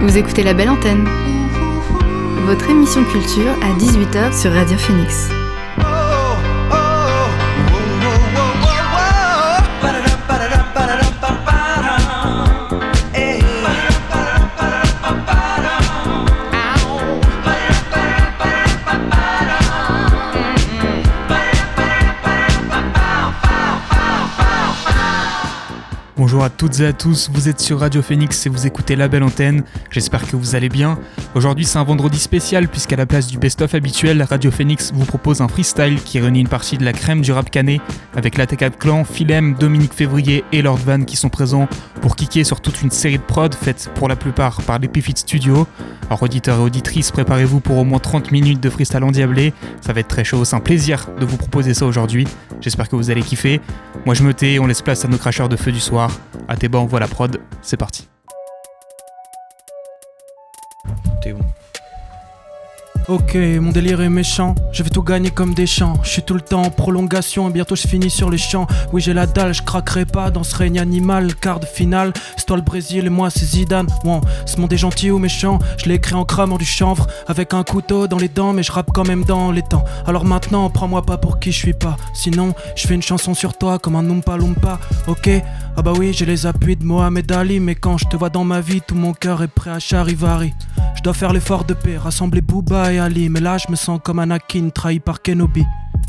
Vous écoutez La Belle Antenne, votre émission culture à 18h sur Radio Phoenix. Bonjour à toutes et à tous, vous êtes sur Radio Phoenix et vous écoutez La Belle Antenne, j'espère que vous allez bien. Aujourd'hui c'est un vendredi spécial puisqu'à la place du best-of habituel, Radio Phoenix vous propose un freestyle qui réunit une partie de la crème du rap cané avec l'Attaque Clan, Philem, Dominique Février et Lord Van qui sont présents pour kicker sur toute une série de prods faites pour la plupart par les P-Fit Studio. Alors auditeurs et auditrices, préparez-vous pour au moins 30 minutes de freestyle endiablé, ça va être très chaud, c'est un plaisir de vous proposer ça aujourd'hui, j'espère que vous allez kiffer. Moi je me tais, on laisse place à nos cracheurs de feu du soir. À tes bancs, voilà prod, c'est parti. T'es bon. Ok, mon délire est méchant, je vais tout gagner comme des champs. Je suis tout le temps en prolongation et bientôt je finis sur les champs. Oui j'ai la dalle, je craquerai pas dans ce règne animal. Quart de finale, c'est toi le Brésil et moi c'est Zidane. Wow, ce monde est gentil ou méchant, je l'ai écrit en cramant du chanvre avec un couteau dans les dents, mais je rappe quand même dans les temps. Alors maintenant, prends-moi pas pour qui je suis pas, sinon je fais une chanson sur toi comme un Oompa Loompa. Ok, ah bah oui j'ai les appuis de Mohamed Ali, mais quand je te vois dans ma vie, tout mon cœur est prêt à Charivari. Je dois faire l'effort de paix, rassembler Booba et Ali, mais là je me sens comme Anakin trahi par Kenobi.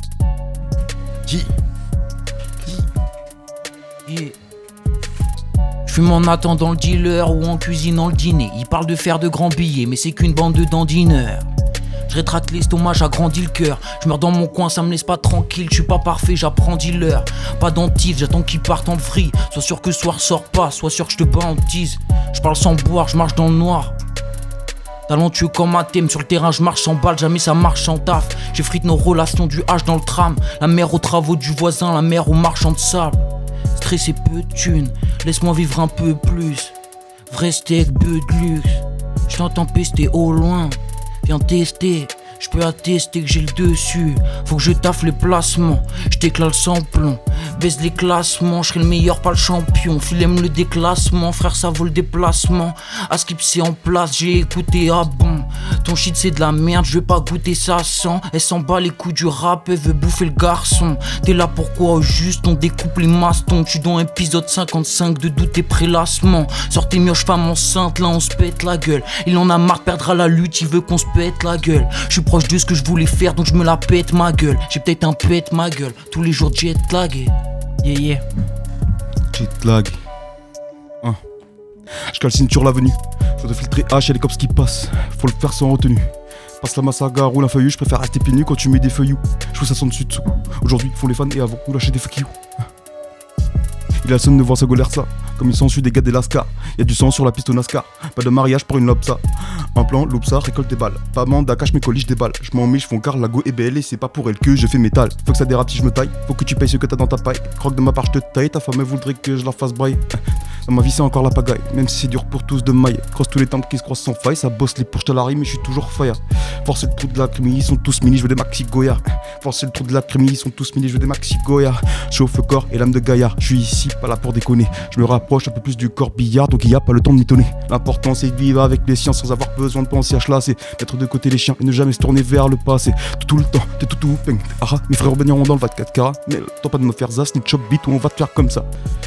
Je fume en attendant le dealer ou en cuisinant le dîner. Il parle de faire de grands billets, mais c'est qu'une bande de dandineurs. Je rétracte l'estomac, j'agrandis le cœur. Je meurs dans mon coin, ça me laisse pas tranquille. Je suis pas parfait, j'apprends dealer. Pas d'antive, j'attends qu'ils partent en vrille. Sois sûr que ce soir sort pas, sois sûr que je te baptise. Je parle sans boire, je marche dans le noir. Talentueux comme un thème, sur le terrain je marche sans balle, jamais ça marche en taf. J'effrite nos relations du H dans le tram. La mère aux travaux du voisin, la mère aux marchands de sable. Stress et peu de thunes, laisse-moi vivre un peu plus. Vrai steak, bœuf de luxe. Je t'entends pester au loin, viens tester. Je peux attester que j'ai le dessus. Faut que je taffe les placements. Je déclare sans plomb. Baisse les classements. Je serai le meilleur, pas le champion. Philem le déclassement. Frère, ça vaut le déplacement. À skip, c'est en place. J'ai écouté, ah bon. Ton shit, c'est de la merde. Je veux pas goûter ça sans. Elle s'en bat les coups du rap. Elle veut bouffer le garçon. T'es là pourquoi au juste on découpe les mastons. Tu dans épisode 55 de doute et prélassement. Sortez mioche, femme enceinte. Là, on se pète la gueule. Il en a marre de perdre à la lutte. Il veut qu'on se pète la gueule. Je suis proche de ce que je voulais faire, donc je me la pète ma gueule. J'ai peut-être un pète ma gueule. Tous les jours jet lag. Yeah yeah. Jet lag. Je calcine sur l'avenue. Faut de filtrer H, y'a les cops qui passent. Faut le faire sans retenue. Passe la massaga, roule un feuillu. Je préfère rester pieds nus quand tu mets des feuillus. Je trouve ça sent dessus dessous. Aujourd'hui, font les fans et avant, nous lâcher des fuck you. Il a le sonne de voir sa golère ça. Comme il s'ensuit des gars des Lascar. Y'a du sang sur la piste au NASCAR. Pas de mariage pour une lobsa. Un plan, loupsa, récolte des balles. Pas manda, cache mes colis, des balles. Je m'en mets, je fonds car la go est belle et c'est pas pour elle que je fais métal. Faut que ça dérape si je me taille. Faut que tu payes ce que t'as dans ta paille. Croque de ma part, je te taille. Ta femme elle voudrait que je la fasse braille. Dans ma vie c'est encore la pagaille. Même si c'est dur pour tous de maille. Crosse tous les temples qui se croisent sans faille. Ça bosse les pourches à la rime mais je suis toujours fire. Force le trou de la crime, ils sont tous mini, je veux des maxi Goya. Force le trou de la crime, ils sont tous mini, je veux des maxi Goya. Chauffe corps et l'âme de gaillard. Je suis ici, pas là pour déconner. Je me rapproche un peu plus du corbillard, donc il y a pas le temps de m'étonner. L'important c'est de vivre avec les siens sans avoir besoin de penser à chlasser. Mettre de côté les chiens et ne jamais se tourner vers le passé. Tout le temps, t'es tout peng. Ah, mes frères baigneront dans le 24 carats. Mais t'as pas de me faire zas, ni chop beat ou on va te faire comme ça.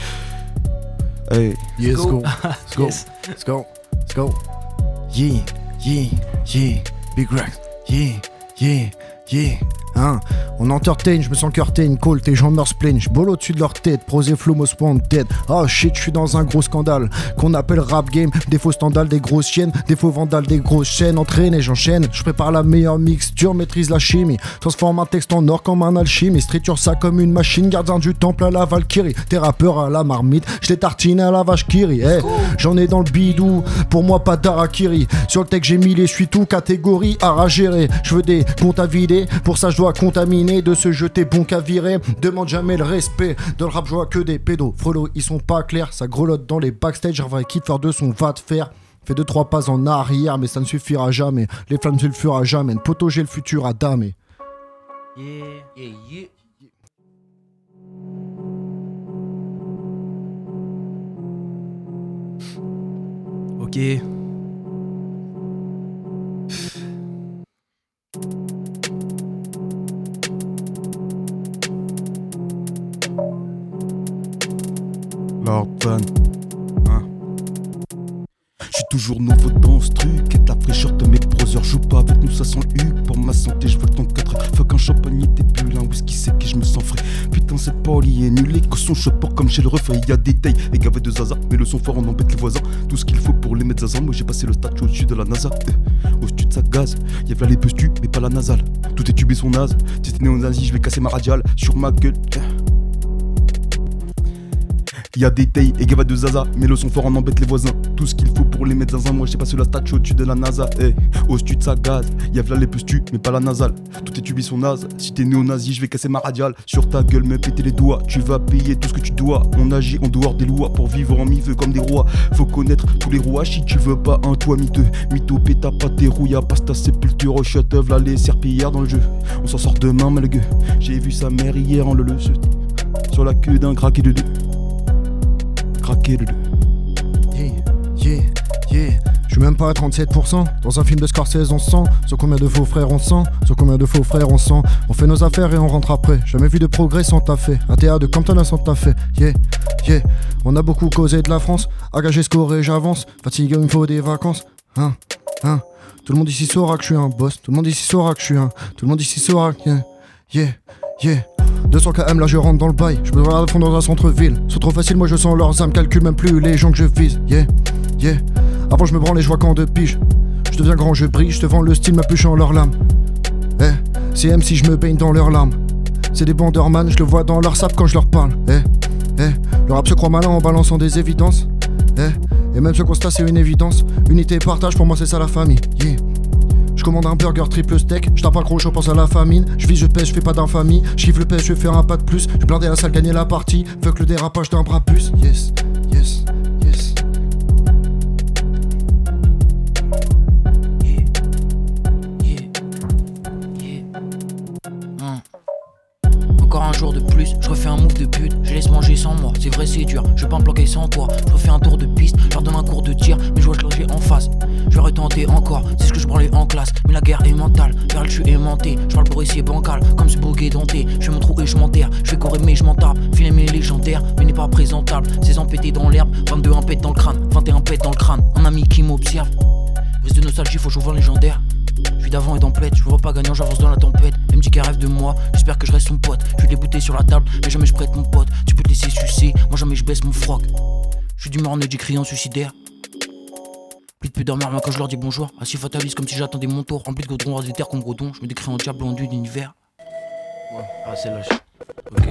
Hey. Yeah, let's go. Let's go. Yes. Let's go. Let's go. Yeah, yeah, yeah. Big Rex. Yeah, yeah, yeah. Hein, on entertain, je me sens curtain, call, tes gens meurent spleen, je bolo au-dessus de leur tête, prosé flow, mos point de tête. Oh shit, je suis dans un gros scandale qu'on appelle rap game, des faux standards, des grosses chiennes, des faux vandales, des grosses chaînes, entraîne et j'enchaîne, je prépare la meilleure mixture, maîtrise la chimie, transforme un texte en or comme un alchimiste, triture ça comme une machine, gardien du temple à la Valkyrie, tes rappeurs à la marmite, je les tartine à la vache Kiri, hey, j'en ai dans le bidou, pour moi pas d'Arakiri, sur le texte j'ai mis les suis tout, catégorie à gérer, je veux des comptes à vider, pour ça je dois contaminé de se jeter bon qu'à virer. Demande jamais le respect. Dans le rap, je vois que des pédos. Frollo, ils sont pas clairs. Ça grelotte dans les backstage. Reviens qui faire de son va te faire. Fais 2-3 pas en arrière, mais ça ne suffira jamais. Les flammes sulfurent à jamais. Poto, j'ai le futur à damer. Yeah, yeah, yeah. Ok. Lord Van. J'suis toujours nouveau dans ce truc. Et de la fraîcheur de mes brothers. Joue pas avec nous, ça sent le huc. Pour ma santé, j'veux le temps de 4 heures. Fuck un champagne et des bulles, un whisky sec et j'me sens frais. Putain, c'est pas lié, nul. Que son chopper comme chez le refrain. Y'a des tailles et gavé de zaza. Mais le son fort, on embête les voisins. Tout ce qu'il faut pour les mettre zaza. Moi j'ai passé le statut au-dessus de la NASA. Au-dessus de sa gaz. Y'a là les pestus, mais pas la nasale. Tout est tubé son naze. Si t'es néo-nazi, j'vais casser ma radiale. Sur ma gueule. Y'a des tailles et gava de zaza, mais le son fort en embête les voisins. Tout ce qu'il faut pour les mettre zaza, moi j'ai passé la statue au-dessus de la NASA. Au-dessus de sa gaz, y'a là les pestus, mais pas la nasale. Tout est tubé son naze, si t'es néo-nazi, je vais casser ma radiale. Sur ta gueule, me péter les doigts, tu vas payer tout ce que tu dois. On agit en dehors des lois pour vivre en mi-feu comme des rois. Faut connaître tous les rouages si tu veux pas un toit miteux. Mytho, péta, pas tes rouilles, passe ta sépulture au château, là les serpillères dans le jeu. On s'en sort demain, malgueux. J'ai vu sa mère hier en le sur la queue d'un craqué de deux. Je suis même pas à 37%. Dans un film de Scorsese on se sent. Sur combien de faux frères on se sent. Sur combien de faux frères on se sent. On fait nos affaires et on rentre après. Jamais vu de progrès sans taffer. Un théâtre de Compton à sans taffer. On a beaucoup causé de la France. Engagé, scoré, j'avance. Fatigué, il me faut des vacances. Tout le monde ici saura que je suis un boss. Tout le monde ici saura que je suis un. Tout le monde ici saura que 200 km là je rentre dans le bail. Je me regarde à fond dans un centre-ville. C'est trop facile, moi je sens leurs âmes. Calcule même plus les gens que je vise. Avant je me branlais, je vois qu'en 2 piges. Je deviens grand, je brille, je te vends le style, m'appuchant leurs lames. C'est MC, je me baigne dans leurs larmes. C'est des bandeurs man, je le vois dans leur sap quand je leur parle. Le rap se croit malin en balançant des évidences. Et même ce constat c'est une évidence. Unité et partage, pour moi c'est ça la famille. Je commande un burger triple steak, je tape un gros, je pense à la famine. Je vis, je pèse, je fais pas d'infamie. Je kiffe le pèse, je vais faire un pas de plus. Je blindais la salle, gagner la partie. Fuck le dérapage d'un bras plus. Yes. Encore un jour de plus, je refais un move de pute. Je laisse manger sans moi, c'est vrai c'est dur. Je vais pas me planquer sans toi. Je refais un tour de piste, je leur donne un cours de tir. Mais je vois que j'ai en face. Je vais retenter encore, c'est ce que je branlais en classe. Mais la guerre est mentale, vers le je suis aimanté. Je parle pour essayer bancal, comme ce bouquet denté. Je fais mon trou et je m'enterre, je fais courir mais je m'en tape. Filer mes légendaires, mais n'est pas présentable. 16 ans pété dans l'herbe, 22 un pète dans le crâne, 21 pète dans le crâne. Un ami qui m'observe, brise de nostalgie, faut que je vois légendaire. Je suis d'avant et d'emplette, je me vois pas gagnant, j'avance dans la tempête. Elle me dit qu'elle rêve de moi, j'espère que je reste son pote. Je suis débouté sur la table, mais jamais je prête mon pote. Tu peux te laisser sucer, moi jamais je baisse mon froc. Je suis d'humeur en œil, criant suicidaire. Plus de peu dormir, moi quand je leur dis bonjour. Assis fataliste comme si j'attendais mon tour. Rempli de goudron, rase des terres comme Bredon. Je me décris en diable en dieu d'univers. Ouais, ah c'est lâche. Ok.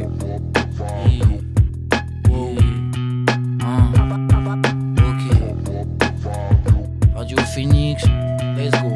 Ok. Radio Phoenix, let's go.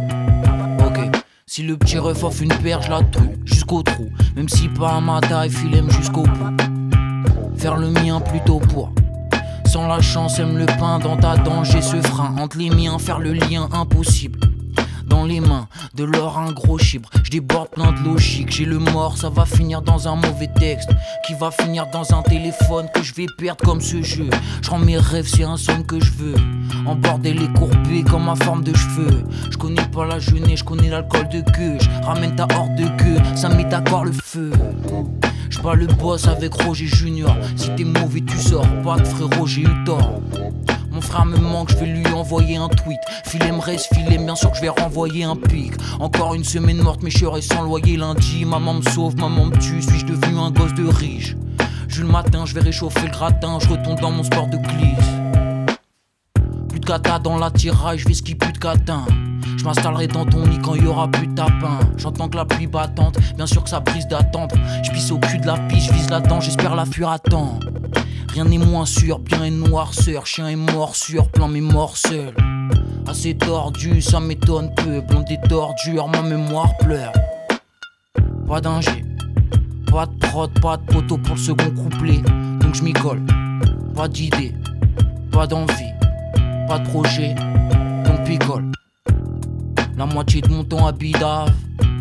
Si le petit ref offre une paire, je la trouille jusqu'au trou. Même si pas à ma taille, filem jusqu'au bout. Faire le mien plutôt pour. Sans la chance, aime le pain dans ta dent, j'ai ce frein. Entre les miens, faire le lien impossible. Dans les mains, de l'or un gros chibre. Je déborde plein de logique. J'ai le mort, ça va finir dans un mauvais texte. Qui va finir dans un téléphone que je vais perdre comme ce jeu. Je rends mes rêves, c'est un son que je veux. Emborder les courbés comme ma forme de cheveux. Je connais pas la jeunesse, je connais l'alcool de queue. Ramène ta horde de queue, ça met d'accord le feu. J'suis pas le boss avec Roger Junior. Si t'es mauvais tu sors, pas de frérot j'ai eu tort. Mon frère me manque, je vais lui envoyer un tweet. Filem reste filem, bien sûr que je vais renvoyer un pic. Encore une semaine morte, mais je serai sans loyer lundi. Maman me sauve, maman me tue, suis-je devenu un gosse de riche? Je le matin, je vais réchauffer le gratin, je retourne dans mon sport de glisse. Plus de kata dans l'attirail, je vais ski plus de catin. Je m'installerai dans ton lit quand il y aura plus de tapin. J'entends que la pluie battante, bien sûr que ça brise d'attendre. Je pisse au cul de la piste, je vise là-dedans, j'espère la fuir à temps. Rien n'est moins sûr, bien et noirceur. Chien est mort sur plan mais mort seul. Assez tordu, ça m'étonne peu. Blonde et tordure, ma mémoire pleure. Pas d'ingé, pas de prod, pas de poteau pour le second couplet. Donc je m'y colle, pas d'idée, pas d'envie, pas de projet, donc picole. La moitié de mon temps à bidave,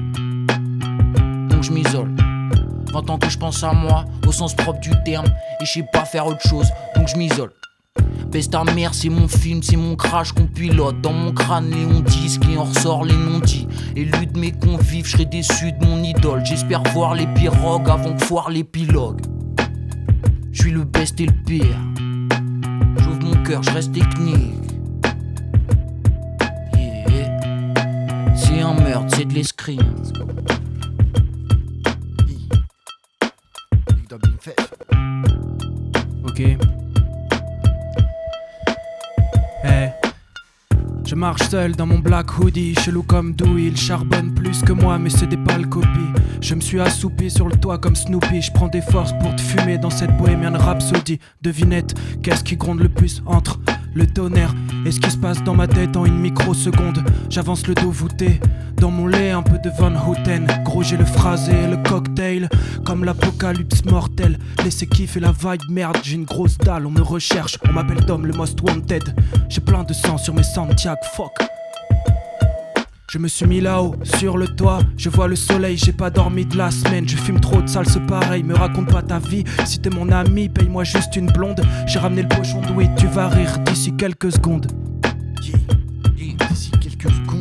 donc je m'isole. 20 ans que je pense à moi, au sens propre du terme. Et je sais pas faire autre chose, donc je m'isole. Baisse ta mère, c'est mon film, c'est mon crash qu'on pilote. Dans mon crâne, Léon disque et en ressort les non-dits. Élu de mes convives, je serai déçu de mon idole. J'espère voir les pirogues avant que foire l'épilogue. Je suis le best et le pire. cœur, je reste technique. Yeah. C'est un meurtre, c'est de l'escrime. Ok. Hey. Je marche seul dans mon black hoodie, chelou comme Dewey. Il charbonne plus que moi mais c'est des pâles copies. Je me suis assoupi sur le toit comme Snoopy. Je prends des forces pour te fumer dans cette bohémienne rhapsodie. Devinette, qu'est-ce qui gronde le plus entre le tonnerre et ce qui se passe dans ma tête en une microseconde. J'avance le dos voûté, dans mon lait un peu de Van Houten. Gros j'ai le phrasé, le cocktail, comme l'apocalypse mortel. Laissez kiffer la vibe, merde j'ai une grosse dalle. On me recherche, on m'appelle Dom le most wanted. J'ai plein de sang sur mes Santiago, fuck. Je me suis mis là-haut, sur le toit, je vois le soleil, j'ai pas dormi de la semaine. Je fume trop de salse pareil, me raconte pas ta vie. Si t'es mon ami, paye-moi juste une blonde. J'ai ramené le pochon de weed, tu vas rire d'ici quelques secondes. D'ici quelques secondes.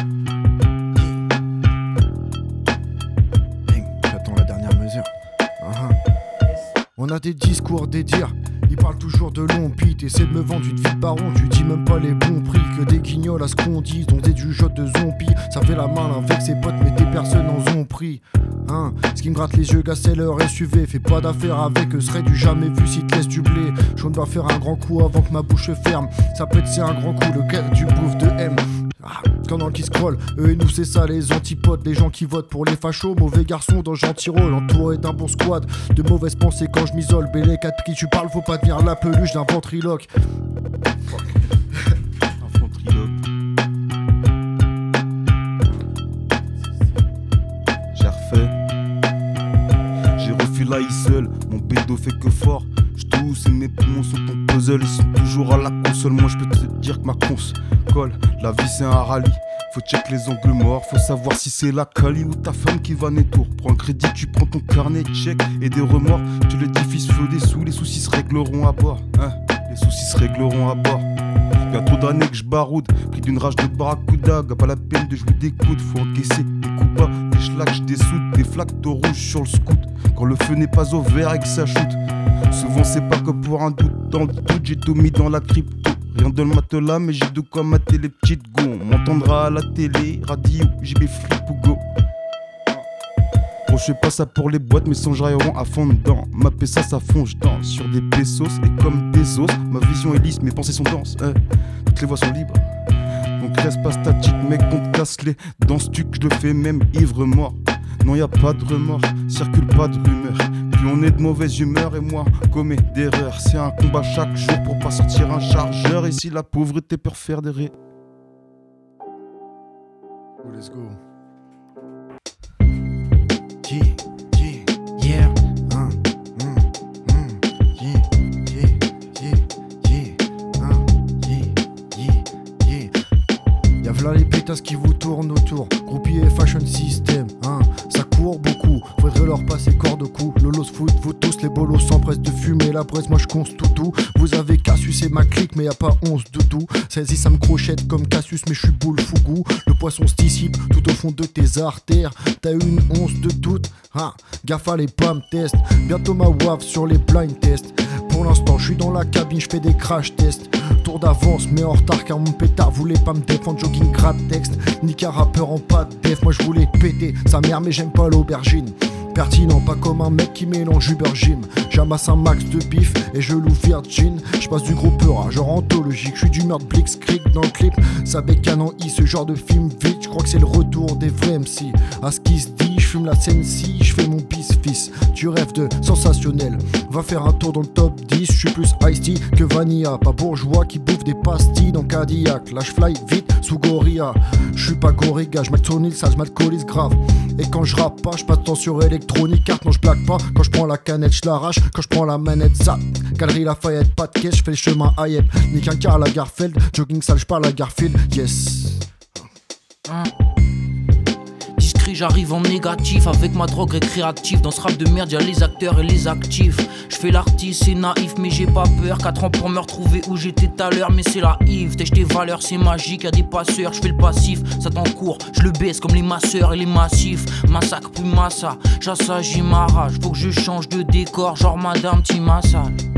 J'attends la dernière mesure. On a des discours, des dires. Ils parlent toujours de long pis, t'essaies de me vendre une vie de baron, tu dis même pas les bons prix. Que des guignols à ce qu'on dit, dont des jugeotes de zombies. Ça fait la main avec ses potes mais des personnes en ont pris. Ce qui me gratte les yeux, gars c'est leur SUV. Fais pas d'affaires avec eux, serait du jamais vu si te laisse du blé. Je compte pas faire un grand coup avant que ma bouche ferme. Ça peut être c'est un grand coup, le gars du bouffe de M. Pendant qu'ils scrollent, eux et nous c'est ça les antipodes. Les gens qui votent pour les fachos, mauvais garçons dans gentil rôle. Entouré d'un bon squad, de mauvaises pensées quand je m'isole. Bélé, 4 qui tu parles, faut pas devenir la peluche d'un ventriloque. Un ventriloque. J'ai refait. J'ai refait la seul, mon bédo fait que fort. J'tousse et mes poumons sont ton puzzle, ils sont toujours à la console. Moi je peux te dire que ma conce colle. La vie c'est un rallye, faut check les angles morts. Faut savoir si c'est la Cali ou ta femme qui va tour. Prends un crédit, tu prends ton carnet, check et des remords. Tu le diffuses, faut des sous, les soucis se régleront à bord. Les soucis se régleront à bord. Y'a trop d'années que je baroude, pris d'une rage de barracuda. Gars pas la peine de jouer des coudes, faut encaisser des coups bas, des schlags, des soudes, des flaques de rouge sur le scout. Quand le feu n'est pas au vert et que ça shoot. Souvent c'est pas que pour un doute, dans le doute j'ai tout mis dans la crypto. Rien de le matelas mais j'ai de quoi mater les petites go. On m'entendra à la télé, radio, j'ai mes flip ou go. Gros je fais pas ça pour les boîtes, mes songes railleront à fond dedans. Mapper ça fond, je danse sur des pesos. Et comme Bezos, ma vision est lisse, mes pensées sont denses. Toutes les voies sont libres, donc reste pas statique mec, on te casse les dents. Tu que je le fais même ivre mort. Non y a pas de remords, circule pas de rumeurs. Puis on est de mauvaise humeur et moi commets d'erreurs. C'est un combat chaque jour pour pas sortir un chargeur. Et si la pauvreté peut refaire des rires. Oh, let's go. Yeah. Y'a v'là les pétasses qui vous tournent autour. Groupier et fashion system, ça court beaucoup. Faudrait leur passer corps de cou. Lolo se fout, vous tous les bolos s'empressent de fumer la braise. Moi je conce tout. Vous avez Cassius et ma clique, mais y'a pas 11 de tout. Celle-ci ça me crochette comme Cassius, mais je suis boule fougou. Le poisson se dissipe tout au fond de tes artères. T'as une once de doute, gaffe à les pommes test. Bientôt ma wave sur les blind tests. Pour l'instant je suis dans la cabine, je fais des crash tests. Tour d'avance mais en retard car mon pétard voulait pas me défendre. Jogging grade texte, nique un rappeur en pas de def. Moi je voulais péter sa mère mais j'aime pas l'aubergine. Pertinent, pas comme un mec qui mélange Uber Gym. J'amasse un max de bif et je loue Virgin. Je passe du gros peur à genre anthologique. Je suis d'humeur de Blitzkrieg dans le clip. Ça bécane en I, ce genre de film vite. Je crois que c'est le retour des vrais MC. À ce qui se dit, je fume la Sensi, je fais mon bis-fils. Tu rêves de sensationnel, va faire un tour dans le top 10. Je suis plus Ice-T que Vanilla. Pas bourgeois qui bouffe des pastilles dans Cadillac. Là je fly vite sous Gorilla. Je suis pas Goriga, je m'actonne ça, je m'alcoolise grave. Et quand je rappe pas, je passe temps sur électronique. Carte non je plaque pas, quand je prends la canette je l'arrache. Quand je prends la manette ça, Galerie Lafayette, pas de caisse, je fais le chemin Hayek. Nique un car à la Garfield, jogging sale, je parle à Garfield, yes. Discret, j'arrive en négatif avec ma drogue récréative. Dans ce rap de merde, y'a les acteurs et les actifs. Je fais l'artiste, c'est naïf, mais j'ai pas peur. 4 ans pour me retrouver où j'étais tout à l'heure, mais c'est la Yves. T'es valeurs, c'est magique, y'a des passeurs, je fais le passif. Ça t'encourt, je le baisse comme les masseurs et les massifs. Massacre plus massa, j'assagis ma rage. Faut que je change de décor, genre madame, petit massage.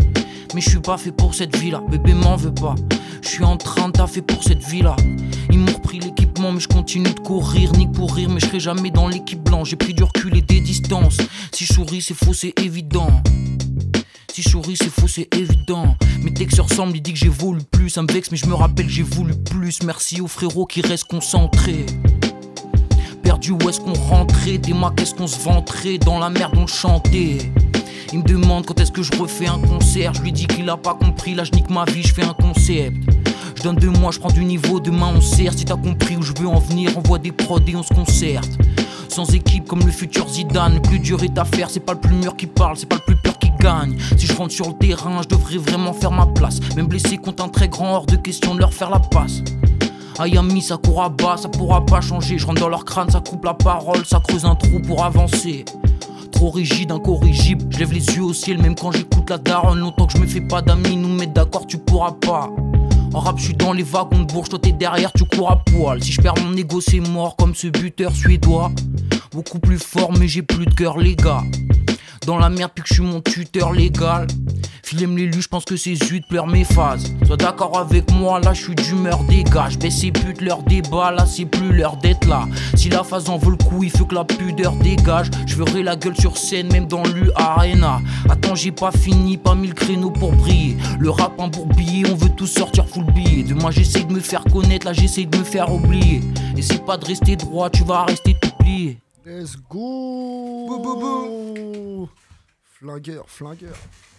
Mais je suis pas fait pour cette vie là, bébé m'en veux pas. Je suis en train de taffer pour cette vie là. Ils m'ont repris l'équipement mais je continue de courir. Ni pour rire mais je serai jamais dans l'équipe blanche. J'ai pris du recul et des distances. Si je souris c'est faux c'est évident. Si je souris c'est faux c'est évident. Mes textes se ressemblent, il dit que j'évolue plus. Ça me vexe mais je me rappelle j'ai voulu plus. Merci aux frérots qui restent concentrés. Perdu où est-ce qu'on rentrait. Des mois qu'est-ce qu'on se vantrait. Dans la merde on chantait. Il me demande quand est-ce que je refais un concert. Je lui dis qu'il a pas compris, là je nique ma vie, je fais un concept. Je donne 2 mois, je prends du niveau, demain on sert. Si t'as compris où je veux en venir, on voit des prods et on se concerte. Sans équipe comme le futur Zidane, le plus dur est à faire, c'est pas le plus mûr qui parle, c'est pas le plus pur qui gagne. Si je rentre sur le terrain, je devrais vraiment faire ma place. Même blessé contre un très grand, hors de question de leur faire la passe. Ayami ça court à bas, ça pourra pas changer. Je rentre dans leur crâne, ça coupe la parole, ça creuse un trou pour avancer. Trop rigide, incorrigible, je lève les yeux au ciel même quand j'écoute la daronne. Longtemps que je me fais pas d'amis, nous mettre d'accord tu pourras pas. En rap je suis dans les wagons de Bourges, toi t'es derrière, tu cours à poil. Si je perds mon ego c'est mort comme ce buteur suédois. Beaucoup plus fort mais j'ai plus de cœur les gars. Dans la merde puis que je suis mon tuteur légal. Filem l'élu, je pense que c'est zut, pleure mes phases. Sois d'accord avec moi, là je suis d'humeur dégage. Baisse ces putes leur débat, là c'est plus l'heure d'être là. Si la phase en vaut le coup, il faut que la pudeur dégage. Je ferai la gueule sur scène, même dans l'U-Arena. Attends, j'ai pas fini, pas mis le créneau pour briller. Le rap embourbillé, on veut tous sortir full billet. Demain j'essaie de me faire connaître, là j'essaie de me faire oublier. Et c'est pas de rester droit, tu vas rester tout plié. Let's go. Bou, bou, bou. Flingueur, flingueur.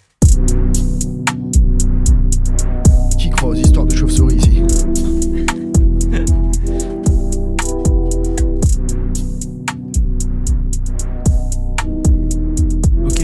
Qui croit aux histoires de chauve-souris ici? Ok,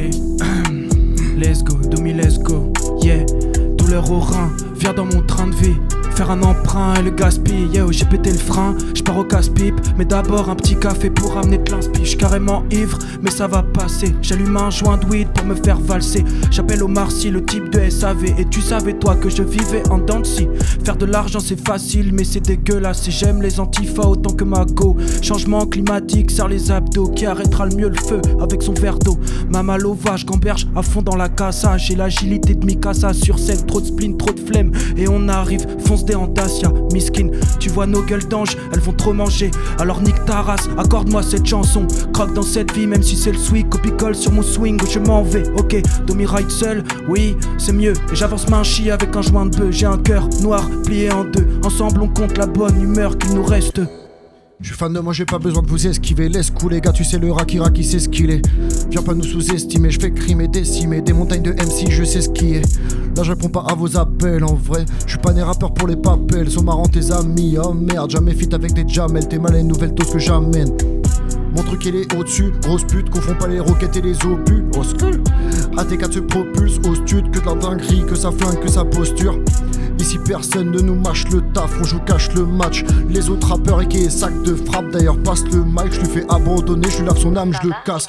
let's go, Domi, let's go. Yeah, douleur au rein, viens dans mon train de vie. Faire un emprunt et le gaspille, yeah, j'ai pété le frein, j'pars au casse-pipe. Mais d'abord un petit café pour amener de l'inspi. J'suis carrément ivre, mais ça va passer. J'allume un joint de weed pour me faire valser. J'appelle Omar Sy, le type de SAV. Et tu savais toi que je vivais en dents de scie. Faire de l'argent c'est facile, mais c'est dégueulasse. Et j'aime les antifas autant que ma go. Changement climatique, serre les abdos. Qui arrêtera le mieux le feu avec son verre d'eau. Ma malova, j'gamberge à fond dans la cassa. J'ai l'agilité de Mikasa sur scène. Trop de spleen, trop de flemme. Et on arrive, fonce des en Dacia, miskin. Tu vois nos gueules d'ange, elles vont trop manger. Alors nique ta race, accorde-moi cette chanson. Croque dans cette vie, même si c'est le swing. Copie-colle sur mon swing, je m'en vais. Ok, Domi ride seul, oui, c'est mieux. Et j'avance main chi avec un joint de bœuf. J'ai un cœur noir, plié en deux. Ensemble on compte la bonne humeur qu'il nous reste. Je suis fan de moi, j'ai pas besoin de vous esquiver. Laisse couler, gars, tu sais le Rakira qui sait ce qu'il est. Viens pas nous sous-estimer, je fais crimer, décimer. Des montagnes de MC, je sais ce qui est. Là, je réponds pas à vos appels, en vrai. Je suis pas né rappeur pour les papels. Sont marrants tes amis, oh merde. Jamais fit avec des jamels. T'es mal à une nouvelle dose que j'amène. Mon truc il est au-dessus, grosse pute, confond pas les roquettes et les obus. Au skull, AT4 se propulse au stud, que de la dinguerie, que ça flingue, que sa posture. Ici personne ne nous mâche le taf, on joue cache le match. Les autres rappeurs et qui sac de frappe, d'ailleurs passe le mic, je lui fais abandonner, je lui lave son âme, je le casse.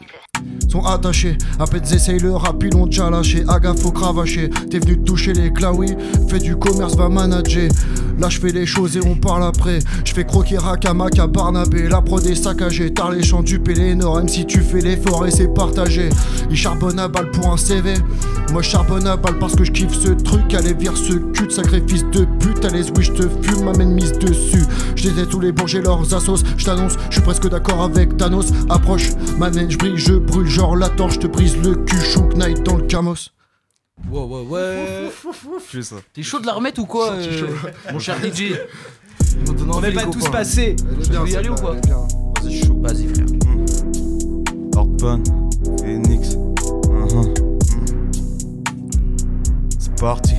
Sont attachés, à peine essaye le rap, ils l'ont déjà lâché. Aga faut cravacher, t'es venu te toucher les claouis. Fais du commerce, va manager. Là je fais les choses et on parle après. Je fais croquer Rakama à Barnabé. La prod est saccagée, tard les chants du Pélénor. Même si tu fais l'effort et c'est partagé. Il charbonne à balle pour un CV. Moi je charbonne à balle parce que je kiffe ce truc. Allez vire ce cul de sacrifice de pute. Allez oui je te fume, ma main mise dessus. Je les ai tous les bourgers leurs assos. Je t'annonce, je suis presque d'accord avec Thanos. Approche, ma naine, je brille, je brûle. Genre la torche, je te brise le cul. Chouk Knight dans le camos. Ouais. Je fais ça. T'es chaud de la remettre ou quoi, mon cher DJ? On va pas tous passer. Tu veux y aller ou quoi? Vas-y, chaud. Vas-y frère. Hardpan, Phoenix. C'est parti.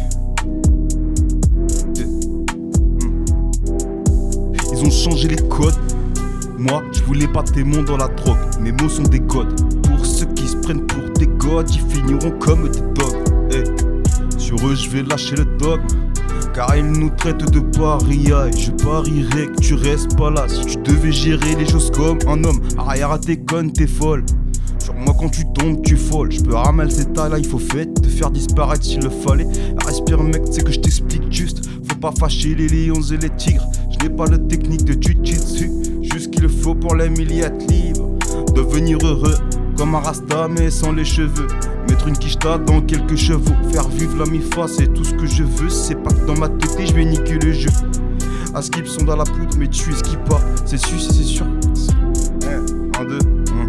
Ils ont changé les codes. Moi, je voulais pas tes mots dans la drogue. Mes mots sont des codes. Pour ceux qui se prennent pour des gods, ils finiront comme des dogs. Sur eux, je vais lâcher le dogme. Car ils nous traitent de paria. Et je parierais que tu restes pas là. Si tu devais gérer les choses comme un homme. Arrière à tes connes, t'es folle. Sur moi, quand tu tombes, tu folles. Je peux ramasser cet tas là, il faut fait te faire disparaître s'il le fallait. Respire, mec, c'est que je t'explique juste. Faut pas fâcher les lions et les tigres. Je n'ai pas de technique de jujitsu. Juste qu'il faut pour les milliers libres. Devenir heureux comme un rasta mais sans les cheveux. Mettre une quicheta dans quelques chevaux, faire vivre la mi-fa, c'est tout ce que je veux. C'est pas que dans ma tête je vais niquer le jeu. À skip sont dans la poudre, mais tu esquives pas. C'est sûr. 1, 2,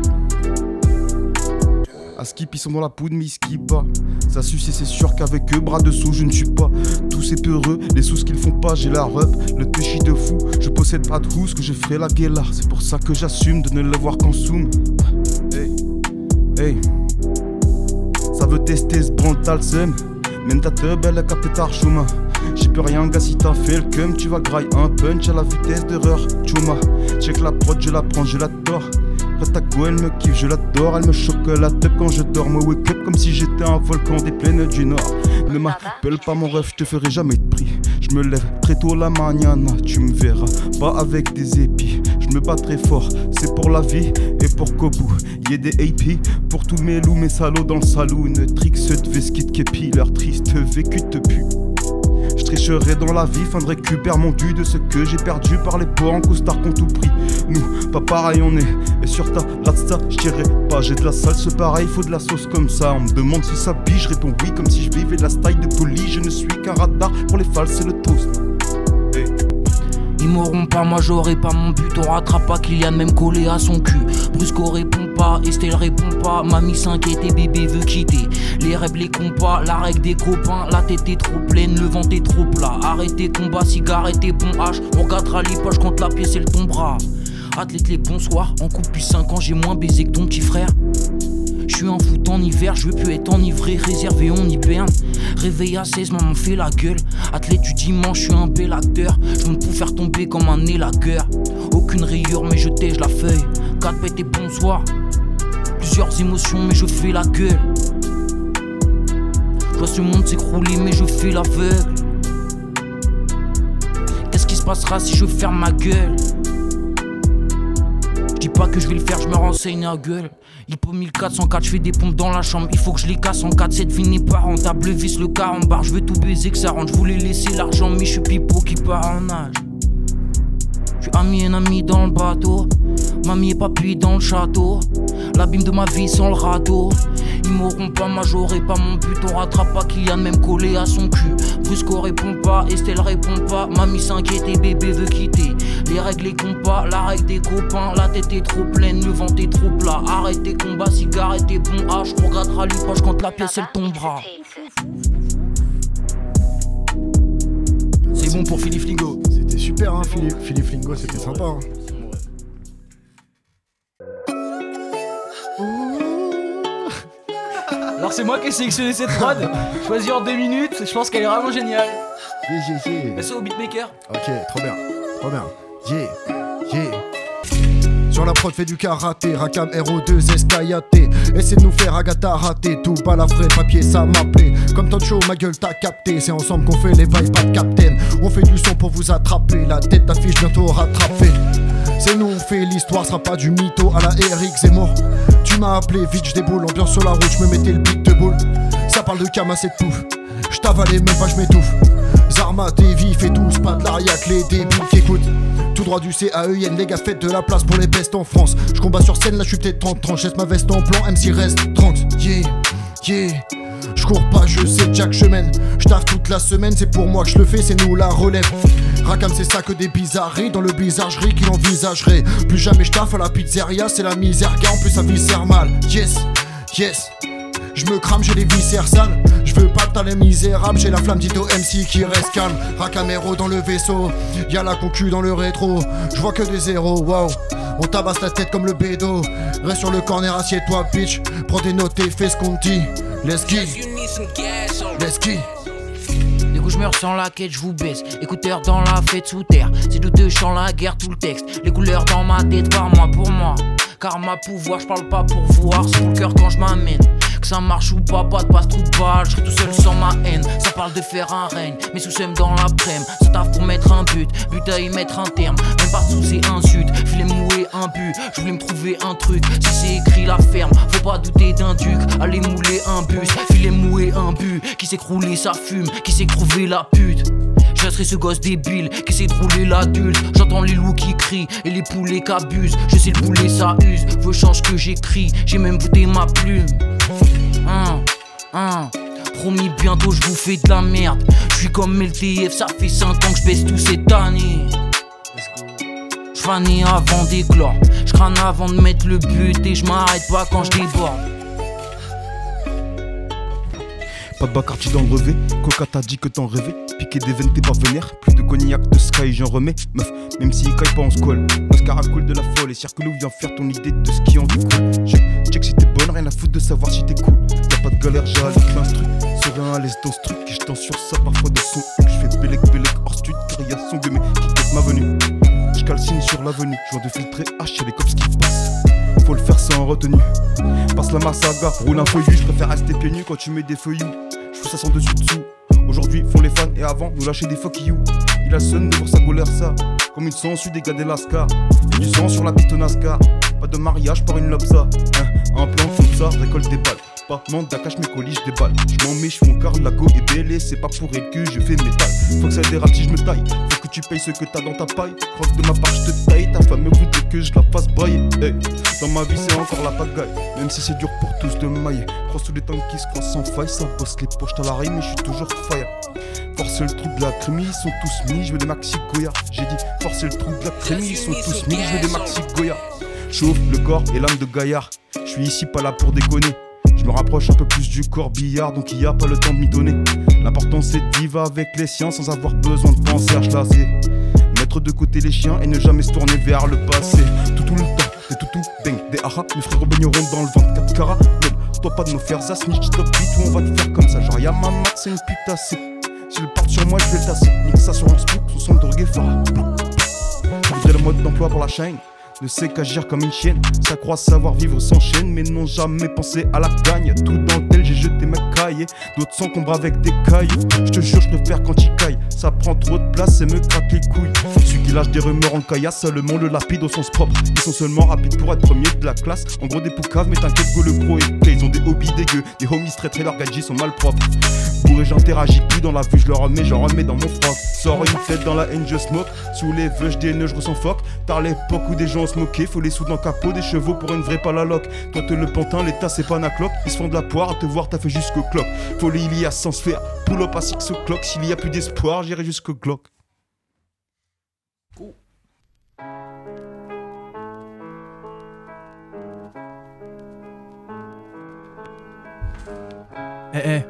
1. À skip ils sont dans la poudre, mais ils skippent pas. Ça suce et c'est sûr qu'avec eux, bras dessous, je ne suis pas. Tous ces peureux, les sous qu'ils font pas, j'ai la rep, le touchy de fou. Je possède pas de housse, que je ferai la guéla. C'est pour ça que j'assume de ne le voir qu'en zoom. Hey. Ça veut tester ce brand t'as le seum. Même ta teub, elle a capté ta chouma. J'y peux rien, gars, si t'as fait le cum, tu vas graille un punch à la vitesse d'erreur. Chouma, check la prod, je la prends, je la tords. Retaco, elle me kiffe, je l'adore, elle me choque la tête quand je dors. Me wake up comme si j'étais un volcan des plaines du Nord. Ne m'appelle pas mon ref, je te ferai jamais de prix. Je me lève très tôt la mañana, tu me verras pas avec des épis. Je me bats très fort, c'est pour la vie et pour qu'au bout y ait des AP. Pour tous mes loups, mes salauds dans le saloon. Trix de vesquit képi, leur triste vécu te pue. Je tricherai dans la vie, fin de récupérer mon dû de ce que j'ai perdu par les pots en costard qu'on tout pris. Nous, pas pareil on est, et sur ta ratsta, j'tirerai pas, j'ai de la salse pareil, faut de la sauce comme ça. On me demande si ça bille, je réponds oui comme si je vivais de la style de poli. Je ne suis qu'un radar pour les falses et le toast. Hey. Ils m'auront pas, moi j'aurai pas mon but. On rattrape pas Kylian même collé à son cul. Brusco répond pas, Estelle répond pas. Mamie s'inquiète et bébé veut quitter. Les rêves les compas, la règle des copains. La tête est trop pleine, le ventre est trop plat. Arrêtez combat, cigarette et bon H. On regardera les poches quand la pièce elle tombera. Athlète les bonsoirs, en couple depuis 5 ans j'ai moins baisé que ton petit frère. J'suis un foot en hiver, je veux plus être enivré, réservé on hiberne. Réveil à 16, maman fait la gueule. Athlète du dimanche, j'suis un bel acteur. J'veux tout faire tomber comme un élagueur. Aucune rayure mais je tège la feuille. 4 pètes et bonsoir. Plusieurs émotions mais je fais la gueule. J'vois ce monde s'écrouler mais je fais l'aveugle. Qu'est-ce qui se passera si je ferme ma gueule? J'dis pas que je vais le faire, je me renseigne à gueule. Hippo 1404, je fais des pompes dans la chambre. Il faut que je les casse en 4, cette vie n'est pas rentable. Vis le 40 bar, je veux tout baiser que ça rentre. Je voulais laisser l'argent mais je suis pipo qui part en nage. Je suis ami et ami dans le bateau. Mamie et papy dans le château. L'abîme de ma vie sans le radeau. Ils m'auront pas, moi j'aurai pas mon but. On rattrape pas Kylian même collé à son cul. Brusco répond pas, Estelle répond pas. Mamie s'inquiète et bébé veut quitter. Les règles les compas, la règle des copains. La tête est trop pleine, le ventre est trop plat. Arrêtez combat, cigarette et bon H. On regardera les poches quand la pièce elle tombera. C'est bon pour Philippe Lingo. C'était super hein Philippe Lingo, c'était sympa hein. Alors c'est moi qui ai sélectionné cette prod, choisie en 2 minutes, je pense qu'elle est vraiment géniale. Merci au beatmaker. Ok, trop bien. Sur la prod fait du karaté, Rakam RO2 escaillaté. Essaie de nous faire Agatha rater, tout balafré, papier ça m'appelait. Comme Toncho, ma gueule t'as capté, c'est ensemble qu'on fait les vibes, pas de captain. On fait du son pour vous attraper, la tête d'affiche bientôt rattrapée. C'est nous on fait l'histoire, sera pas du mytho à la Eric Zemmour. Tu m'as appelé, vite j'déboule, ambiance sur la route, j'me mettais le beat de boule. Ça parle de cam à cette pouffe, j'tavalais même pas j'm'étouffe. Zarma t'es vif et tous, pas de l'ariac, les débiles qui écoutent. Tout droit du CAEN, les gars faites de la place pour les bestes en France. J'combats sur scène, là j'suis peut-être 30-30, j'laisse ma veste en blanc, MC reste 30. Yeah. J'cours pas, je sais déjà que je mène. J'taffe toute la semaine, c'est pour moi que je le fais, c'est nous la relève. Rakam c'est ça que des bizarreries, dans le bizarrerie qu'il envisagerait. Plus jamais j'taffe à la pizzeria, c'est la misère, gars en plus sa vie sert mal. Yes. Je me crame, j'ai les viscères sales. Je veux pas de talent misérable, j'ai la flamme d'Ito MC qui reste calme. Racamero dans le vaisseau, y'a la concu dans le rétro. Je vois que des zéros, wow. On tabasse la tête comme le bédo. Reste sur le corner, assieds-toi bitch. Prends des notes et fais ce qu'on te dit. Let's go. Du coup je me ressens la quête, je vous baisse. Écouteurs dans la fête sous terre. C'est douteux, je chante la guerre, tout le texte. Les couleurs dans ma tête, par moi, pour moi. Car ma pouvoir, je parle pas pour voir. C'est pour le cœur quand je m'amène. Que ça marche ou pas de passe trou de balle. Je serai tout seul sans ma haine. Ça parle de faire un règne, mais sous-sème dans l'après-midi. Ça taffe pour mettre un but à y mettre un terme. Même partout c'est insulte, filet moué un but. Je voulais me trouver un truc, si c'est écrit la ferme. Faut pas douter d'un duc, aller mouler un bus. Filet moué un but, qui s'est écroulé ça fume, qui s'est trouvé la pute. Je serai ce gosse débile qui essaie de rouler l'adulte. J'entends les loups qui crient et les poulets qui abusent. Je sais le poulet ça use, veux change que j'écris. J'ai même bouté ma plume. Promis, bientôt je vous fais de la merde. Je suis comme LTF, ça fait 5 ans que je baisse tout cette année. J'fanais avant d'éclore, j'crâne avant de mettre le but et je m'arrête pas quand je déborde. Pas de Bacardi dans le revêt, Coca t'a dit que t'en rêvais. Piqué des veines t'es pas vénère, plus de cognac de Sky j'en remets. Meuf, même s'il caille pas on se colle. Mascara coule de la folle et circule vient faire ton idée de ce qui en découle. Check si t'es bonne, rien à foutre de savoir si t'es cool. Y'a pas de galère, j'ai avec l'instru. Serein à l'aise dans ce truc et j'tends sur ça parfois de son huc. J'fais bélec hors stud, derrière son gueumé qui guette ma venue. J'calcine sur l'avenue, j'vois de filtrer H et les cops qui passent. Faut le faire sans retenue. Passe la massaga, roule un feuillu, j'préfère rester pieds nus quand tu mets des feuillous. J'fous ça sans dessus dessous. Aujourd'hui font les fans et avant nous lâcher des fuck you. Il a le son de voir sa colère ça. Comme une sangsue des gars des Lascar. Y'a du sang sur la piste NASCAR. Pas de mariage par une lobsa. Un plan comme ça, récolte des balles. Pas manque cache mes colis, j'déballe. J'm'en mets, j'fais mon carlago et bélé. C'est pas pour elle que je fais métal. Faut que ça dérape si j'me taille. Faut que tu payes ce que t'as dans ta paille. Croque de ma part, j'te taille. Ta femme me voudrait que je la fasse brailler. Hey. Dans ma vie c'est encore la pagaille. Même si c'est dur pour tous de mailler. Croise tous les temps qui se croisent sans faille. Ça bosse les poches à la rime mais j'suis toujours fire. Force le trou de la crémie, ils sont tous mis, je veux des maxi Goya. J'ai dit force le trou de la crémie, ils sont tous mis, je veux des maxi Goya. Chauffe le corps et l'âme de gaillard. Je suis ici pas là pour déconner. Je me rapproche un peu plus du corbillard, donc il y a pas le temps de mitonner. L'important c'est d'y va avec les siens sans avoir besoin de penser à chlasser. Mettre de côté les chiens et ne jamais se tourner vers le passé. Tout le temps, des toutous, bang, des haras. Mes frères baigneront dans le 24 carats. Toi pas de me faire ça, snitch top beat ou on va te faire comme ça. Genre y'a ma max, c'est une putasse. S'il part sur moi, je vais le tasser. Nique ça sur un spook, son son de drogué fort. Je voudrais le mode d'emploi pour la chaîne. Ne sait qu'agir comme une chienne. Ça croit savoir vivre sans chaîne, mais n'ont jamais pensé à la gagne. Tout dans le tel, j'ai jeté ma cahier. D'autres s'encombrent avec des cailloux. Je te jure, je préfère quand il caille. Ça prend trop de place et me gratte les couilles. Celui qui lâche des rumeurs en caillasse, seulement le lapide au sens propre. Ils sont seulement rapides pour être premiers de la classe. En gros, des poucaves, mais t'inquiète que le pro est prêt. Ils ont des hobbies dégueux, des homies très leurs gadgets sont mal propres. Bourré, j'interagis plus dans la vue, je le remets, j'en remets dans mon froc. Sors une tête dans la haine, je smoke. Sous les vœux, je déneige, je ressens fuck. T'as l'époque où des gens se moquaient, faut les sous dans le capot, des chevaux pour une vraie palaloque. Toi, te le pantin, l'état c'est pas nacloc. Ils se font de la poire, à te voir, t'as fait jusqu'au clock. Folie, il y a sans se faire. Pull up à 6 o'clock, s'il y a plus d'espoir, j'irai jusqu'au clock. Eh.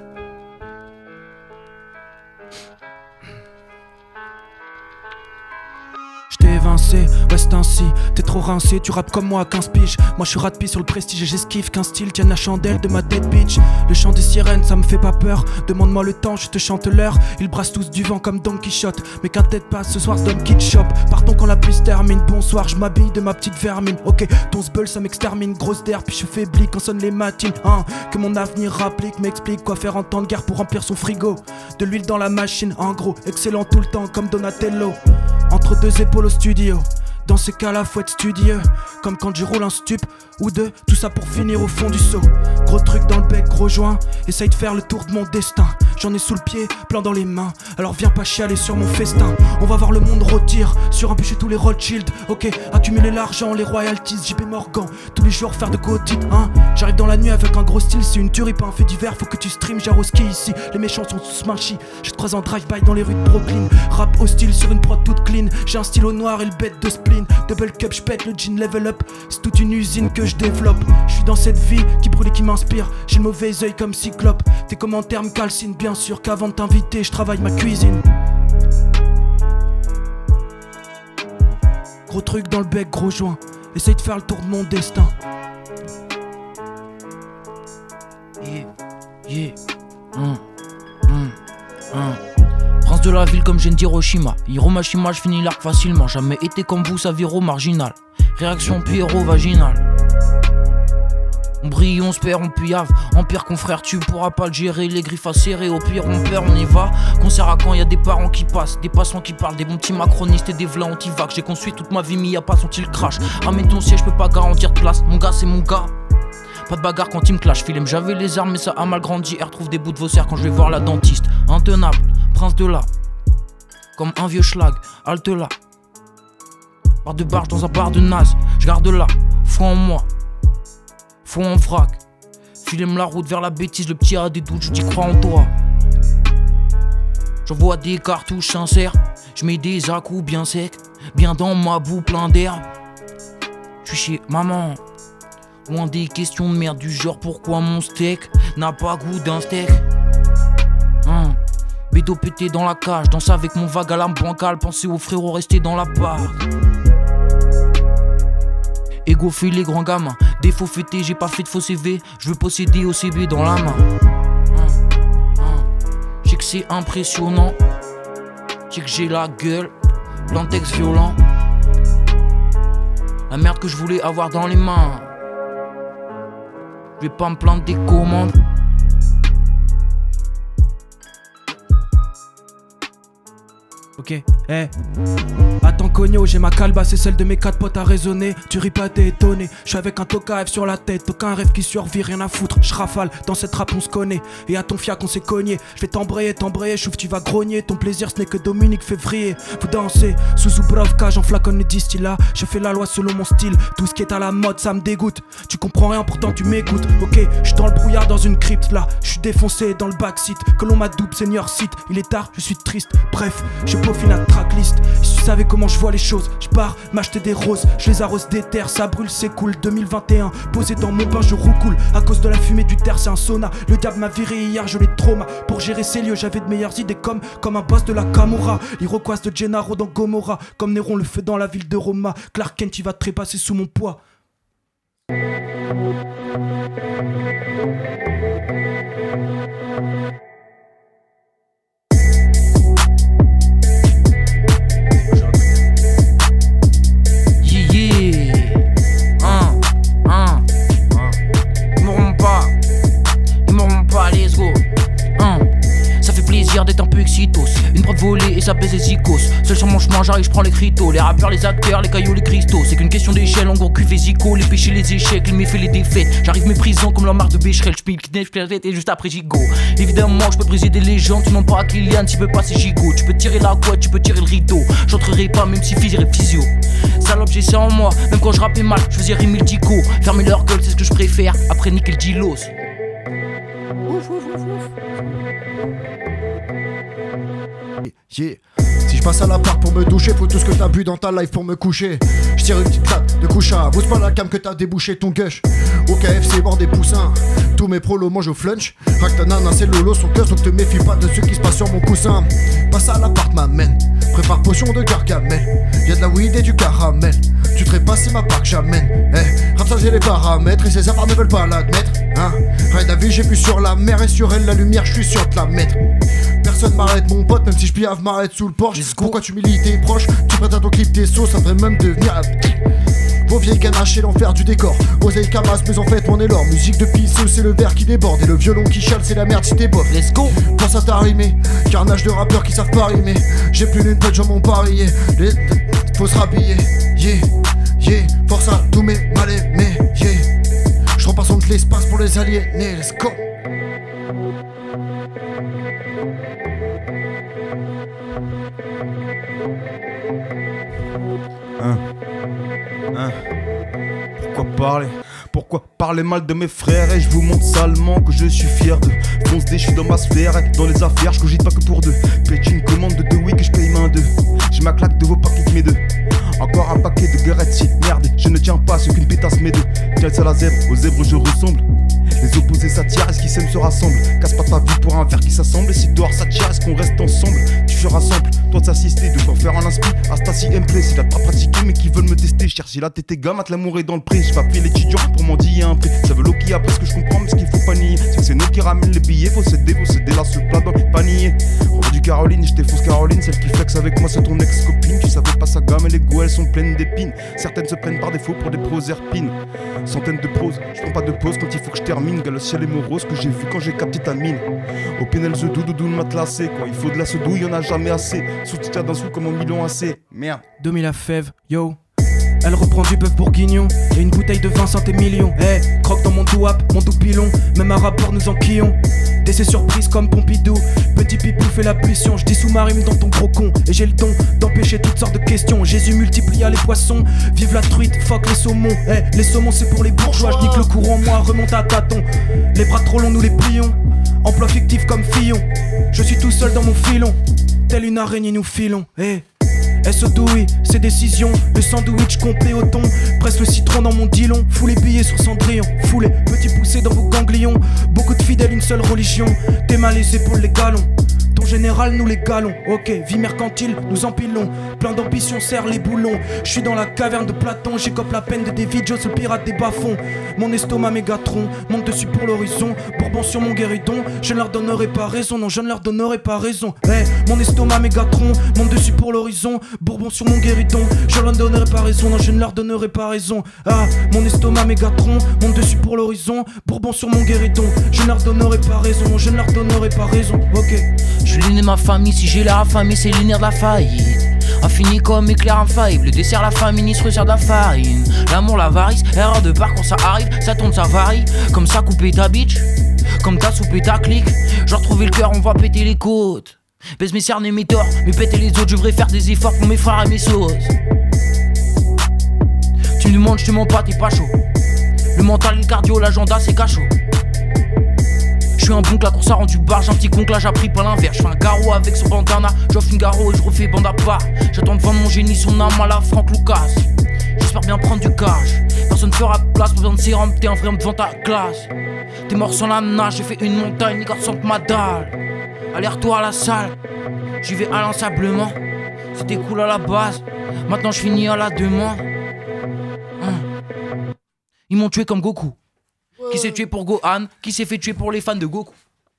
J't'ai évincé, reste ainsi, t'es trop rincé, tu rappes comme moi à 15 piges. Moi je suis rat de sur le prestige et j'esquive qu'un style tienne la chandelle de ma tête bitch. Le chant des sirènes ça me fait pas peur, demande-moi le temps, je te chante l'heure. Ils brassent tous du vent comme Don Quichotte, mais qu'un tête passe ce soir c'est Don Kid Shop. Partons quand la pluie se termine, bonsoir, je m'habille de ma petite vermine. Ok, ton sbeul ça m'extermine, grosse d'air puis je faiblis quand sonnent les matines. Que mon avenir rapplique, m'explique quoi faire en temps de guerre pour remplir son frigo. De l'huile dans la machine, en gros, excellent tout le temps comme Donatello. Entre deux épaules au studio, dans ces cas-là faut être studieux. Comme quand j'y roule un stup ou deux, tout ça pour finir au fond du seau. Gros truc dans le bec, gros joint, essaye de faire le tour de mon destin. J'en ai sous le pied, plein dans les mains, alors viens pas chialer sur mon festin. On va voir le monde rôtir, sur un bûcher tous les Rothschild. Ok, accumuler l'argent, les royalties, JP Morgan, tous les jours faire de quotidiens, J'arrive dans la nuit avec un gros style, c'est une tuerie pas un fait divers. Faut que tu stream, j'arroski ici, les méchants sont tous manchis. Je te croise en drive-by dans les rues de Brooklyn. Rap hostile sur une prod toute clean. J'ai un stylo noir et le bête de spleen. Double cup, j'pète le jean level up. C'est toute une usine que je développe. Je suis dans cette vie qui brûle et qui m'inspire. J'ai le mauvais œil comme Cyclope. Tes commentaires me calcinent, bien sûr qu'avant de t'inviter, je travaille ma cuisine. Gros truc dans le bec, gros joint. Essaye de faire le tour de mon destin. Prince de la ville comme Gen d'Hiroshima. Hiromashima, je finis l'arc facilement. Jamais été comme vous, Saviro marginal. Réaction Pierrot vaginale. On brille, on se perd, on puyave. Empire confrère, tu pourras pas le gérer. Les griffes acérées, au pire on perd, on y va. Concert à quand, y'a des parents qui passent, des passants qui parlent, des bons petits macronistes et des v'là anti-vax. J'ai construit toute ma vie, mais y'a pas son-il crash. Ramène ton siège, je peux pas garantir de place. Mon gars, c'est mon gars. Pas de bagarre quand il me clash, Philem, j'avais les armes mais ça a mal grandi. Elle retrouve des bouts de vos serres quand je vais voir la dentiste. Intenable, prince de là. Comme un vieux schlag, halte là. Barre de barge dans un bar de naze, je garde là. Foi en moi, faut en vrac. Filème la route vers la bêtise, le petit a des doutes, je t'y crois en toi. J'envoie des cartouches sincères, je mets des à-coups bien secs, bien dans ma boue plein d'herbe. Je suis chez maman, loin des questions de merde du genre pourquoi mon steak n'a pas goût d'un steak. Bédo pété dans la cage, danse avec mon vague à l'âme bancale, penser aux frérots restés dans la part. Égo fait les grands gamins, défaut fêté, j'ai pas fait de faux CV, je veux posséder OCB dans la main. J'ai que c'est impressionnant, j'ai que j'ai la gueule, plein de textes violents. La merde que je voulais avoir dans les mains. Je vais pas me plaindre des commandes. Ok, attends cogno, j'ai ma calebasse et celle de mes 4 potes à raisonner. Tu ris pas, t'es étonné. Je suis avec un toka F sur la tête, aucun rêve qui survit, rien à foutre. Je rafale, dans cette rap on se connaît. Et à ton fiac on s'est cogné. Je vais t'embrayer, chouf tu vas grogner. Ton plaisir ce n'est que Dominique Février. Vous dansez, sous Zubrovka, j'en flaconne les distillats. Je fais la loi selon mon style, tout ce qui est à la mode ça me dégoûte. Tu comprends rien pourtant tu m'écoutes. Ok, je suis dans le brouillard dans une crypte là. Je suis défoncé dans le backseat, que l'on m'adoube senior site. Il est tard, je suis triste, bref, je peaufine la tracklist. Si tu savais comment je vois les choses, je pars m'acheter des roses, je les arrose des terres, ça brûle, c'est cool. 2021, posé dans mon bain, je roucoule. À cause de la fumée du terre, c'est un sauna. Le diable m'a viré hier, je l'ai trauma. Pour gérer ces lieux, j'avais de meilleures idées comme un boss de la Camorra. L'Iroquois de Gennaro dans Gomorrah. Comme Néron le feu dans la ville de Roma. Clark Kent, il va trépasser sous mon poids. D'être un peu excitos, une prod volée et ça baise les zikos. Seul sur mon chemin j'arrive, je prends les critos. Les rappeurs, les acteurs, les cailloux, les cristaux. C'est qu'une question d'échelle, en gros cul zico. Les péchés, les échecs, les méfaits, les défaites. J'arrive méprisant comme la marque de Becherel. Je pique, je la tête et juste après j'y go. Évidemment je peux briser des légendes, tu mens pas à Kylian, tu peux pas c'est gigot. Tu peux tirer la couette, tu peux tirer le rideau. J'entrerai pas même si physio. Salope j'ai ça en moi, même quand je rappais mal, je faisais rimer le dico. Fermer leur gueule c'est ce que je préfère, après nickel Dilos. Yeah. Si je passe à l'appart pour me doucher, faut tout ce que t'as bu dans ta life pour me coucher. Je tire une petite claque de couche à bouse pas la cam que t'as débouché ton gush. Au KFC bord des poussins, tous mes prolos mangent au flunch. Rack ta nana c'est lolo son cœur, donc te méfie pas de ce qui se passe sur mon coussin. Passe à l'appart m'amène, prépare potion de gargamel. Y'a de la weed et du caramel, tu te passer ma part que j'amène. Rap ça j'ai les paramètres et ces affaires ne veulent pas l'admettre. Rien à vie j'ai vu sur la mer et sur elle la lumière je suis sûr de la mettre. Personne m'arrête mon pote, même si je piave m'arrête sous le porche. Pourquoi tu milites tes proches, tu prêtes à ton clip tes sauces, ça devrait même devenir vos vieilles ganaches et l'enfer du décor. Oseille Camas, mais en fait on est l'or. Musique de pisseux, c'est le verre qui déborde. Et le violon qui chiale, c'est la merde si t'es bof. Let's go. Pense à t'arrimer, carnage de rappeurs qui savent pas rimer. J'ai plus d'une page, j'en m'en parier. Faut se rhabiller, yeah, force à tous mes mal aimés, yeah. Je repasse de l'espace pour les aliénés, let's go. Pourquoi parler mal de mes frères? Et je vous montre salement que je suis fier de fonce des, je suis dans ma sphère. Dans les affaires, je cogite pas que pour deux. Pète une commande de 2 weeks et je paye main 2. J'ai ma claque de vos paquets de mes deux. Encore un paquet de gueurettes si merde. Je ne tiens pas ce qu'une pétasse mes deux. Quelle c'est la zèbre, aux zèbres je ressemble. Les opposés s'attirent, est-ce qu'ils s'aiment se rassemblent? Casse pas ta vie pour un verre qui s'assemble. Et si dehors ça tire, est-ce qu'on reste ensemble? Tu feras simple, toi de s'assister, de quoi faire un inspi. Astasi MP, c'est de pas pratiquer mais qui veulent me tester. Chercher la tété gamme, l'amour est dans le prix. J'ai pas pris l'étudiant pour m'en dire un prix. Ça veut l'eau qui après ce que je comprends, mais ce qu'il faut pas nier, c'est que c'est nous qui ramènent les billets. Faut céder là ce plat dans le panier. On veut du Caroline, je défonce Caroline. Celle qui flex avec moi c'est ton ex-copine. Tu savais pas sa gamme et les goûts elles sont pleines d'épines. Certaines se prennent par défaut pour des proserpines. Centaines de proses, je prends pas de pause quand il faut que je termine. Gars, le ciel est morose que j'ai vu quand j'ai capté ta mine. Au Pinel the doudou le matelassé. Quand il faut de la sedouille, y'en a jamais assez. Soutien d'un sou comme au Milan AC. Merde. 2000 à fève, yo. Elle reprend du bœuf bourguignon et une bouteille de vin Saint-Émilion. Croque dans mon douap, mon doux pilon. Même un rapport nous enquillons. Décès surprise comme Pompidou. Petit pipou fait la pulsion. J'dis sous-marine dans ton gros con. Et j'ai le don d'empêcher toutes sortes de questions. Jésus multiplia les poissons. Vive la truite, fuck les saumons. Les saumons c'est pour les bourgeois. J'dis que le courant moi remonte à tâtons. Les bras trop longs nous les plions. Emploi fictif comme Fillon. Je suis tout seul dans mon filon. Telle une araignée nous filons. S.O.D.O.I, ses décisions. Le sandwich complet au thon. Presse le citron dans mon dilon. Fous les billets sur Cendrillon. Fous les petits poussés dans vos ganglions. Beaucoup de fidèles, une seule religion. Tes mains, les épaules, les galons. Ton général, nous les galons. Ok, vie mercantile, nous empilons. Plein d'ambition, serre les boulons. Je suis dans la caverne de Platon. J'écope la peine de David Jones, le pirate des bas-fonds. Mon estomac Mégatron monte dessus pour l'horizon. Bourbon sur mon guéridon. Je ne leur donnerai pas raison. Non, je ne leur donnerai pas raison. Mon estomac Mégatron monte dessus pour l'horizon. Bourbon sur mon guéridon. Je ne leur donnerai pas raison. Non, je ne leur donnerai pas raison. Ah, mon estomac Mégatron monte dessus pour l'horizon. Bourbon sur mon guéridon. Je ne leur donnerai pas raison. Non, je ne leur donnerai pas raison. Ok. Je suis l'aîné de ma famille, si j'ai l'air affamé, c'est l'unir de la faillite. Infini comme éclair infaillible, le dessert, la famine, se resserre de la farine. L'amour, l'avarice, erreur de parcours, ça arrive, ça tourne, ça varie. Comme ça couper ta bitch, comme t'as soupé ta clique. J'ai retrouvé le cœur, on va péter les côtes. Baisse mes cernes et mes torts, mais péter les autres, je devrais faire des efforts pour mes frères et mes sauces. Tu me demandes, je te mens pas, t'es pas chaud. Le mental et le cardio, l'agenda, c'est cachot. Je suis un bon que la course a rendu barge, un petit con que là j'ai pris pas l'inverse. Je fais un garrot avec son bandana, j'offre une garrot et je refais bande à part. J'attends de vendre mon génie, son âme à la Franck Lucas. J'espère bien prendre du cash, personne fera de place, pas besoin de sérum, t'es un vrai homme devant ta classe. T'es mort sans la nage, j'ai fait une montagne, les gardes sentent ma dalle. Allez-retour à la salle, j'y vais inlassablement. C'était cool à la base, maintenant je finis à la demande. Ils m'ont tué comme Goku. Qui s'est tué pour Gohan, qui s'est fait tuer pour les fans de Goku.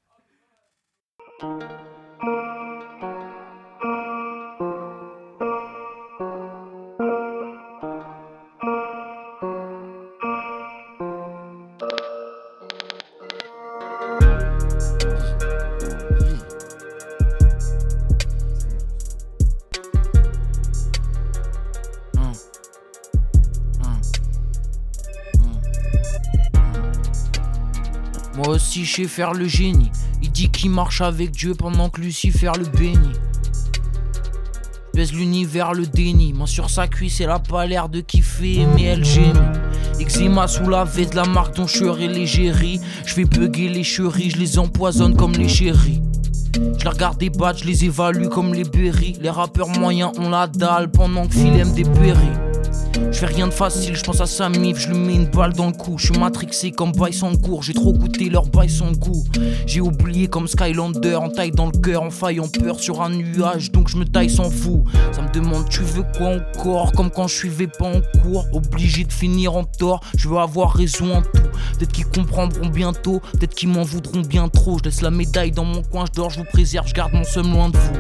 Moi aussi je sais faire le génie. Il dit qu'il marche avec Dieu pendant que Lucifer le bénit. Baise l'univers, le déni. Main sur sa cuisse, elle a pas l'air de kiffer, mais elle gémit. Eczéma sous la veste, la marque dont je serai l'égérie. Je fais bugger les cheries, je les empoisonne comme les chéris. Je les regarde débattre, je les évalue comme les berries. Les rappeurs moyens ont la dalle pendant que Philem dépérit. Je fais rien de facile, je pense à sa mif, je lui mets une balle dans le cou. Je suis matrixé comme Baïsancourt, j'ai trop goûté leur bail sans goût. J'ai oublié comme Skylander, en taille dans le cœur, en faille, en peur sur un nuage, donc je me taille sans fou. Ça me demande tu veux quoi encore, comme quand je suivais pas en cours. Obligé de finir en tort, je veux avoir raison en tout. Peut-être qu'ils comprendront bientôt, peut-être qu'ils m'en voudront bien trop. Je laisse la médaille dans mon coin, je dors, je vous préserve, je garde mon seum loin de vous.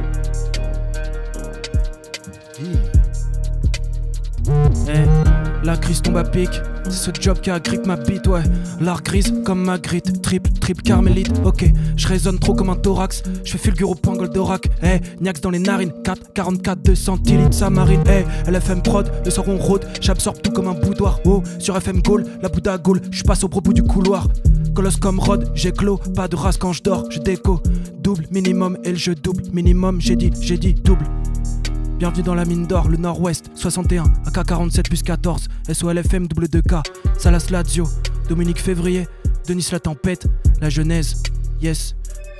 La crise tombe à pic, c'est ce job qui agrippe ma bite, ouais. L'art grise comme Magritte, triple carmélite, ok. Je résonne trop comme un thorax, je fais fulgure au point Goldorak, Niax dans les narines, 4,44 2 centilitres, ça marine, LFM prod, le soir on rôde, j'absorbe tout comme un boudoir, oh. Sur FM Gaulle, la Bouddha Gaulle, je passe au propos du couloir. Colosse comme Rod, j'éclot, pas de race quand je dors, je déco. Double minimum et le jeu double, minimum j'ai dit double. Bienvenue dans la mine d'or, le nord-ouest, 61, AK47 plus 14, SOLFM double 2K, Salas Lazio, Dominique Février, Denis la tempête, la Genèse, yes.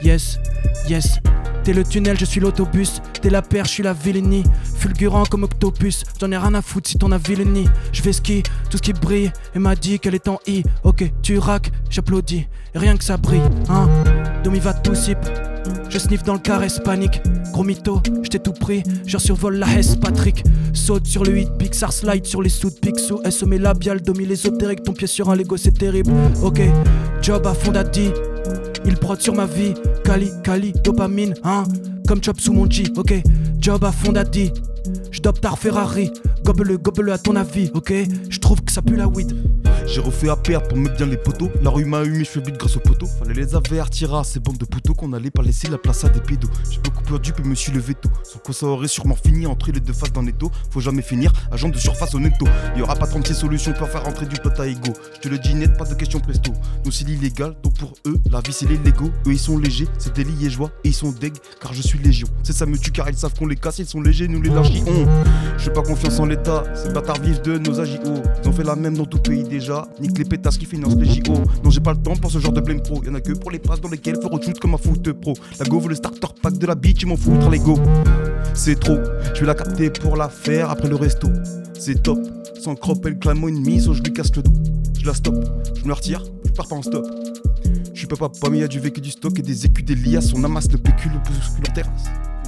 T'es le tunnel, je suis l'autobus, t'es la perche, je suis la vilenie, fulgurant comme Octopus, j'en ai rien à foutre si t'en as vilenie. Je vais ski, tout ce qui brille, et m'a dit qu'elle est en I, ok, tu rack, j'applaudis, et rien que ça brille, hein, Domi va tout sip. Je sniffe dans le caresse, panique. Gros mytho, j't'ai tout pris. Je survole la Hesse, Patrick. Saute sur le 8 Pixar, slide sur les sous de Pixo. SOM labial, domi l'ésotérique. Ton pied sur un Lego, c'est terrible. Ok, job à fond d'Adi. Il prod sur ma vie. Cali, dopamine, hein. Comme chop sous mon G, ok. Job à fond d'Adi. J'dope tar Ferrari. Gobe-le à ton avis, ok. J'trouve que ça pue la weed. J'ai refait APR pour mettre bien les poteaux. La rue m'a humé, je fais vite grâce aux poteaux. Fallait les avertir à ces bandes de poteaux qu'on allait pas laisser la place à des pédos. J'ai beaucoup perdu puis me suis levé tôt. Sans quoi ça aurait sûrement fini entre les deux faces d'un étau. Faut jamais finir agent de surface au netto. Y'aura pas 36 solutions pour faire rentrer du pote à ego. Je te le dis net, pas de question presto. Nous c'est l'illégal, donc pour eux, la vie c'est les Lego. Eux ils sont légers, c'est des liégeois et ils sont deg car je suis légion. C'est ça me tue car ils savent qu'on les casse, ils sont légers, nous les largions. Je fais pas confiance en l'état, ces bâtards vivent de nos agios. Ils ont fait la même dans tout pays déjà. Nique les pétasses qui financent les JO. Non j'ai pas le temps pour ce genre de blame pro. Y'en a que pour les passes dans lesquelles faut reshoot comme un foot pro. La go veut le starter pack de la bitch, ils m'en foutre les go. C'est trop, je vais la capter pour la faire après le resto. C'est top, sans crop elle clame une mise, je lui casse le dos. Je la stop, je me retire, je pars pas en stop. Je suis papa, mais y'a du vécu du stock et des écus des liasses. On amasse le pécule, le bouscule en terrasse.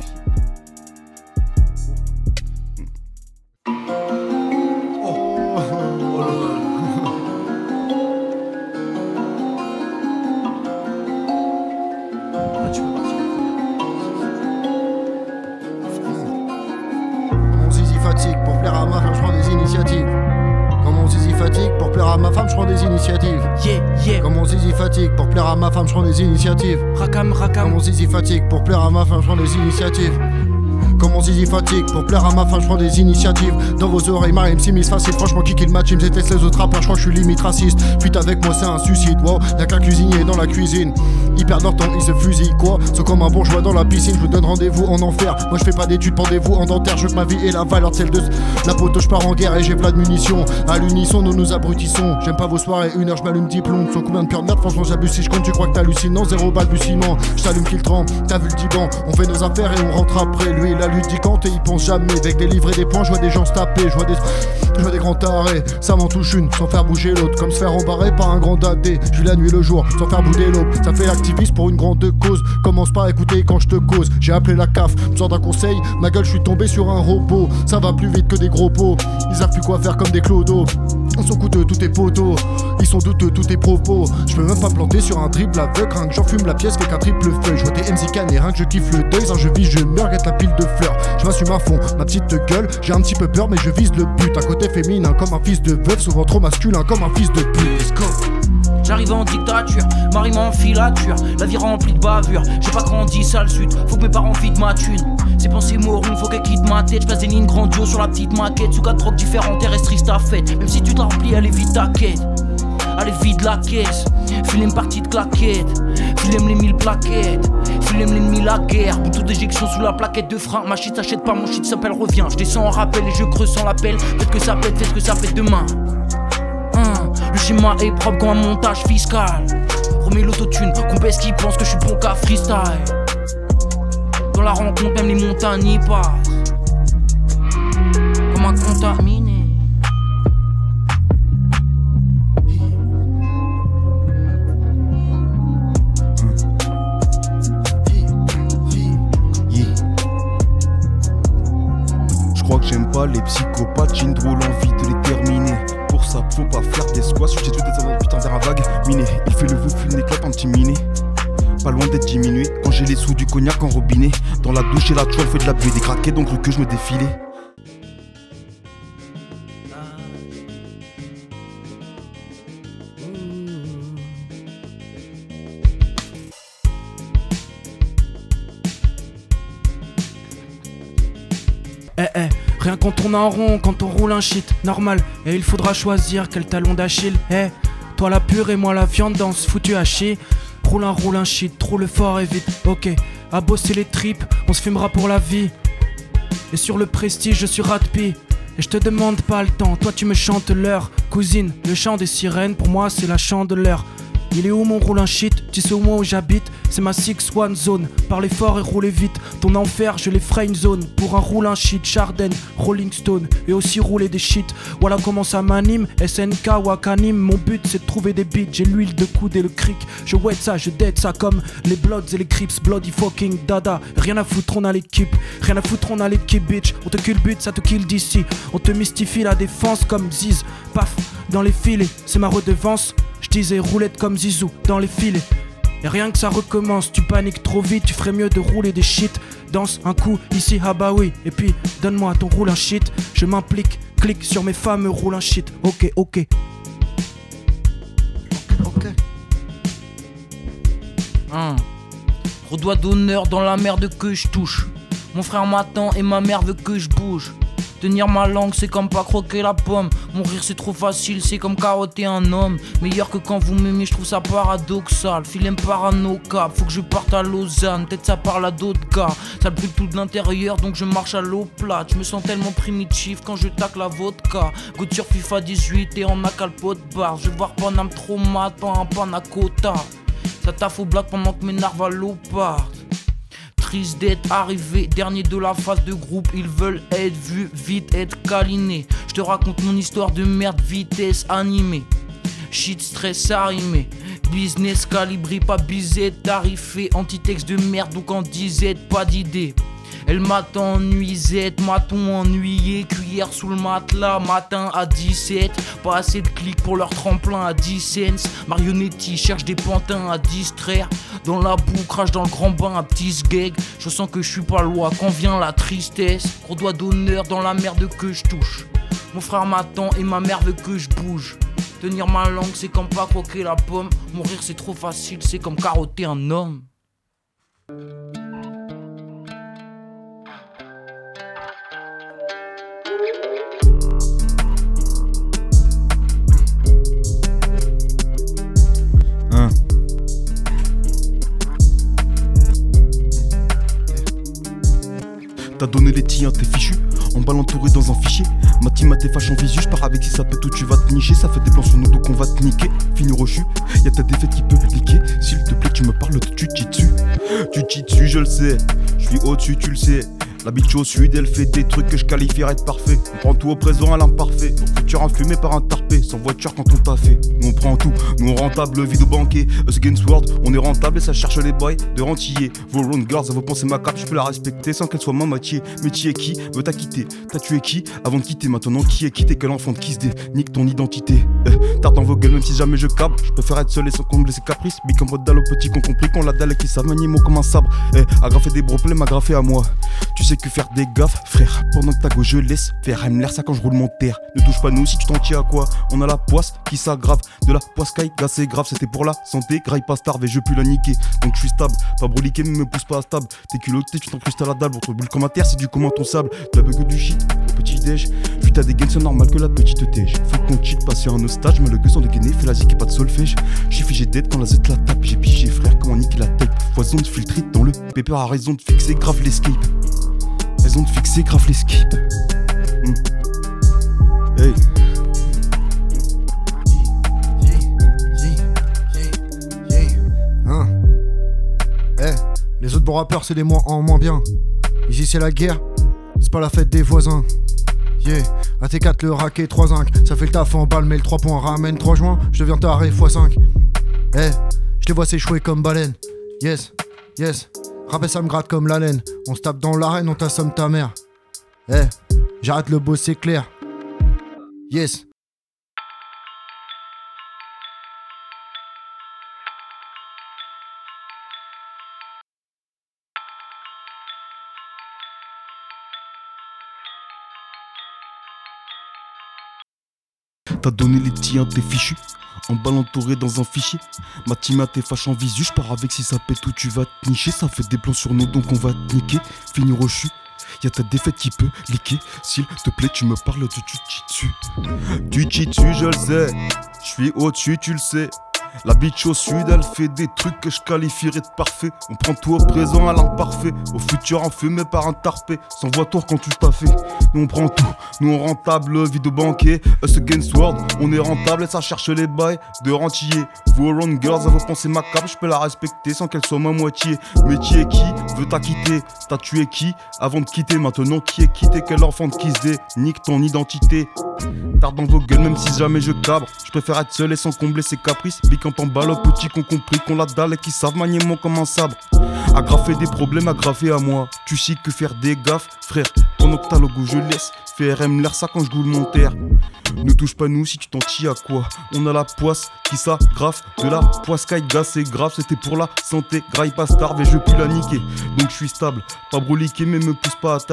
Comme mon zizi fatigue pour plaire à ma femme, je prends des initiatives. Rakam, Comme mon zizi fatigue pour plaire à ma femme, je prends des initiatives. Comme mon zizi fatigue pour plaire à ma femme, je prends des initiatives. Dans vos oreilles, ma rime s'immisce facile. Franchement, qui kill ma team, j'étais les autres rappeurs, je crois que je suis limite raciste. Fuite avec moi, c'est un suicide. Wow, y'a qu'un cuisinier dans la cuisine. Ils perdent leur temps, ils se fusillent quoi. C'est comme un bourgeois dans la piscine, je vous donne rendez-vous en enfer. Moi je fais pas d'études, pendez-vous en dentaire. Je veux que ma vie ait la valeur de celle de la poteau, je pars en guerre et j'ai plein de munitions. À l'unisson, nous nous abrutissons. J'aime pas vos soirées, 1 heure je m'allume 10 plombs. Sans combien de pure merde, franchement j'abuse si je compte, tu crois que t'hallucines. Non, 0 balbutiement, je t'allume filtrant. T'as vu le divan, on fait nos affaires et on rentre après. Lui il a ludiquante et il pense jamais. Avec des livres et des points, je vois des gens se taper. Je vois des grands tarés, ça m'en touche une sans faire bouger l'autre. Comme se faire embarrer par un grand dadé. Je vis la nuit le jour, sans faire bouder l'aube. Ça fait l'activiste pour une grande cause. Commence pas à écouter quand je te cause. J'ai appelé la CAF, besoin d'un conseil. Ma gueule, je suis tombé sur un robot. Ça va plus vite que des gros pots. Ils savent plus quoi faire comme des clodos. Ils sont coûteux, tous tes potos. Ils sont douteux, tous tes propos. Je peux même pas planter sur un dribble aveugle. Rien que j'en fume la pièce qu'avec un triple feuille. Je vois des MC et rien que je kiffe le deuil. Sans je vis, je meurs, guette la pile de fleurs. Je m'assume à fond, ma petite gueule. J'ai un petit peu peur, mais je vise le but. Un côté féminin comme un fils de veuve. Souvent trop masculin comme un fils de pute. Let's go. J'arrive en dictature, Marie m'en filature. La vie remplie de bavures, j'ai pas grandi sale sud. Faut que mes parents vident ma thune. Ces pensées mourront, faut qu'elles quittent ma tête. J'passe des lignes grandioses sur la petite maquette. Sous 4 drogues différentes, terrestres, triste à fête. Même si tu te la remplis, allez vite ta quête. Allez vide la caisse, file une partie de claquettes. File les 1000 plaquettes, file l'ennemi la guerre. Bouton d'éjection sous la plaquette de frein. Ma shit s'achète pas, mon shit s'appelle revient. Je descends en rappel et je creuse sans l'appel. Faites que ça pète, faites que ça pète demain. Le schéma est propre comme un montage fiscal. Remets l'autotune, qu'on baisse qui pense que je suis bon qu'à freestyle. Dans la rencontre, même les montagnes y passent. Comme un contaminé. Je crois que j'aime pas les psychopathes, j'ai une drôle envie de les terminer. Pour ça, faut pas faire des squats. J'ai tout des savants, putain, vers un vague miné. Il fait le veuf, une éclate anti-miné. Pas loin d'être diminué. Quand j'ai les sous du cognac en robinet. Dans la douche et la toile, fait de la buée, des craquets, donc que je me défilais. Rien qu'on tourne en rond quand on roule un shit normal. Et il faudra choisir quel talon d'Achille. Toi la pure et moi la viande dans ce foutu hachis. Roule un shit, roule fort et vite. Ok, à bosser les tripes, on se filmera pour la vie. Et sur le prestige je suis ratpi. Et je te demande pas le temps, toi tu me chantes l'heure. Cousine, le chant des sirènes pour moi c'est la chandeleur. Il est où mon roule un shit, tu sais où moi où j'habite. C'est ma 6-1 zone, parlez fort et roulez vite. Ton enfer je les ferai une zone. Pour un roule un shit, Chardin, Rolling Stone. Et aussi rouler des shit, voilà comment ça m'anime. SNK Wakanim, mon but c'est de trouver des beats. J'ai l'huile de coude et le cric. Je wet ça, je dead ça comme les Bloods et les Crips. Bloody fucking dada, rien à foutre on a l'équipe. Rien à foutre on a l'équipe bitch. On te culbute, ça te kill d'ici. On te mystifie la défense comme Ziz. Paf, dans les filets, c'est ma redevance. Je disais roulette comme Zizou dans les filets. Et rien que ça recommence, tu paniques trop vite, tu ferais mieux de rouler des shit. Danse un coup ici, ah bah oui. Et puis donne-moi ton roule un shit. Je m'implique, clique sur mes fameux roule un shit. Ok, ok. Gros doigt d'honneur dans la merde que je touche. Mon frère m'attend et ma mère veut que je bouge. Tenir ma langue c'est comme pas croquer la pomme. Mourir c'est trop facile, c'est comme carotter un homme. Meilleur que quand vous m'aimez, je trouve ça paradoxal. Filem parano cap, faut que je parte à Lausanne. Peut-être ça parle à d'autres gars. Ça brûle tout de l'intérieur donc je marche à l'eau plate. Je me sens tellement primitif quand je tacle la vodka. Go sur FIFA 18 et on a qu'à le pot de bar. Je vais voir Panam trop mat, pas un panna cotta. Ça taffe au black pendant que mes narves à l'eau partent. Triste d'être arrivé, dernier de la phase de groupe. Ils veulent être vus, vite être câlinés. Je te raconte mon histoire de merde, vitesse animée. Shit, stress arrimé. Business calibré, pas bisé, tarifé. Antitexte de merde, donc en disette, pas d'idée. Elle m'attend en nuisette, maton ennuyé, cuillère sous le matelas, matin à 17. Pas assez de clics pour leur tremplin à 10 cents. Marionnetti cherche des pantins à distraire. Dans la boue, crache dans le grand bain à petit sgeg. Je sens que je suis pas loi quand vient la tristesse. Gros doigt d'honneur dans la merde que je touche. Mon frère m'attend et ma mère veut que je bouge. Tenir ma langue c'est comme pas croquer la pomme. Mourir c'est trop facile, c'est comme carotter un homme. T'as donné les tiens, t'es fichu. En balle entouré dans un fichier. Ma team a tes fâches en visu. J'pars avec si ça pète ou tu vas te nicher. Ça fait des plans sur nous donc on va te niquer. Finir au chu. Y'a ta défaite qui peut liquer. S'il te plaît, tu me parles de jujitsu. Jujitsu, je le sais. J'suis au-dessus, tu le sais. La bitch au sud, elle fait des trucs que je qualifierais de parfait. On prend tout au présent à l'imparfait. Au futur enfumé par un tarpé. Sans voiture quand on t'a fait. Nous on prend tout, nous on rentable, vide au banquier. Us against world, on est rentable et ça cherche les boys de rentier. Vos round girls, ça veut penser ma cape, je peux la respecter sans qu'elle soit ma moitié. Mais qui est qui veut t'as quitté? T'as tué qui avant de quitter? Maintenant qui est quitté? Quel enfant de qui se dé? Nique ton identité. Tarde dans vos gueules même si jamais je câble. Je préfère être seul et sans combler ses caprices. Big en mode dalle aux petits qu'on compris qu'on la dalle qui savent manier mots comme un sabre. Agrafer des problèmes, agrafer à moi. Tu sais que faire des gaffes, frère. Pendant que ta gauche je laisse faire. Elle me l'air ça quand je roule mon terre. Ne touche pas nous si tu t'en tiens à quoi. On a la poisse qui s'aggrave. De la poisse caille, gars c'est grave. C'était pour la santé, graille pas starve et je pue la niquer. Donc je suis stable, pas broliqué mais me pousse pas à stable. T'es culotté, tu t'incrustes à la dalle. Votre bulle comme un terre, c'est du comment ton sable. De la bug du shit, au petit déj. Vu t'as des gains, c'est normal que la petite tège. Faut qu'on cheat, passer un stage. Mais le gueux sans de gainer, fait la zik et pas de solfège. J'ai figé d'être quand la Z la tape. J'ai pigé frère, comment niquer la tête. Foison de filtrer dans le pépère a raison de fixer grave l'escape. Raison de fixer grave l'escape. Hey. Les autres bons rappeurs c'est des moins en moins bien. Ici c'est la guerre, c'est pas la fête des voisins. Yeah, AT4 le racket 3-5. Ça fait le taf en balle mais le 3 points ramène 3 juin. Je deviens taré x5. Je les vois s'échouer comme baleine. Yes, yes. Rappel ça me gratte comme la laine. On se tape dans l'arène, on t'assomme ta mère. J'arrête le beau c'est clair. Yes. T'as donné les tiens, t'es fichu. En balle entouré dans un fichier. Ma team a tes fâches en visu. J'pars avec si ça pète ou tu vas te nicher. Ça fait des plans sur nous donc on va te niquer. Finir au chu. Y'a ta défaite qui peut liquer. S'il te plaît tu me parles de jujitsu. Jujitsu je le sais. J'suis au-dessus tu le sais. La bitch au sud elle fait des trucs que je qualifierais de parfait. On prend tout au présent à l'imparfait. Au futur enfumé par un tarpé. Sans voiture quand tu t'as fait. Nous on prend tout, nous on rentable, vide au banquier. Us against world, on est rentable et ça cherche les bails de rentier. Vos round girls, ça veut penser ma cape, je peux la respecter sans qu'elle soit ma moitié. Mais qui est qui veut t'as quitté? T'as tué qui avant de quitter? Maintenant qui est quitté? Quel enfant de qui se dé? Nique ton identité. Tarde dans vos gueules même si jamais je cabre. Je préfère être seul et sans combler ses caprices. Big en balle aux petits qu'on compris qu'on la dalle et qui savent manier mon comme un sabre. Agrafer des problèmes, agrafer à moi. Tu sais que faire des gaffes, frère. Pendant que t'as le goût je laisse faire. Elle me l'air ça quand je goûte mon terre. Ne touche pas nous si tu t'en tiens à quoi. On a la poisse qui s'aggrave. De la poisse caille, gars c'est grave. C'était pour la santé, graille pas starve et je pue la niquer. Donc je suis stable, pas broliqué mais me pousse pas à table.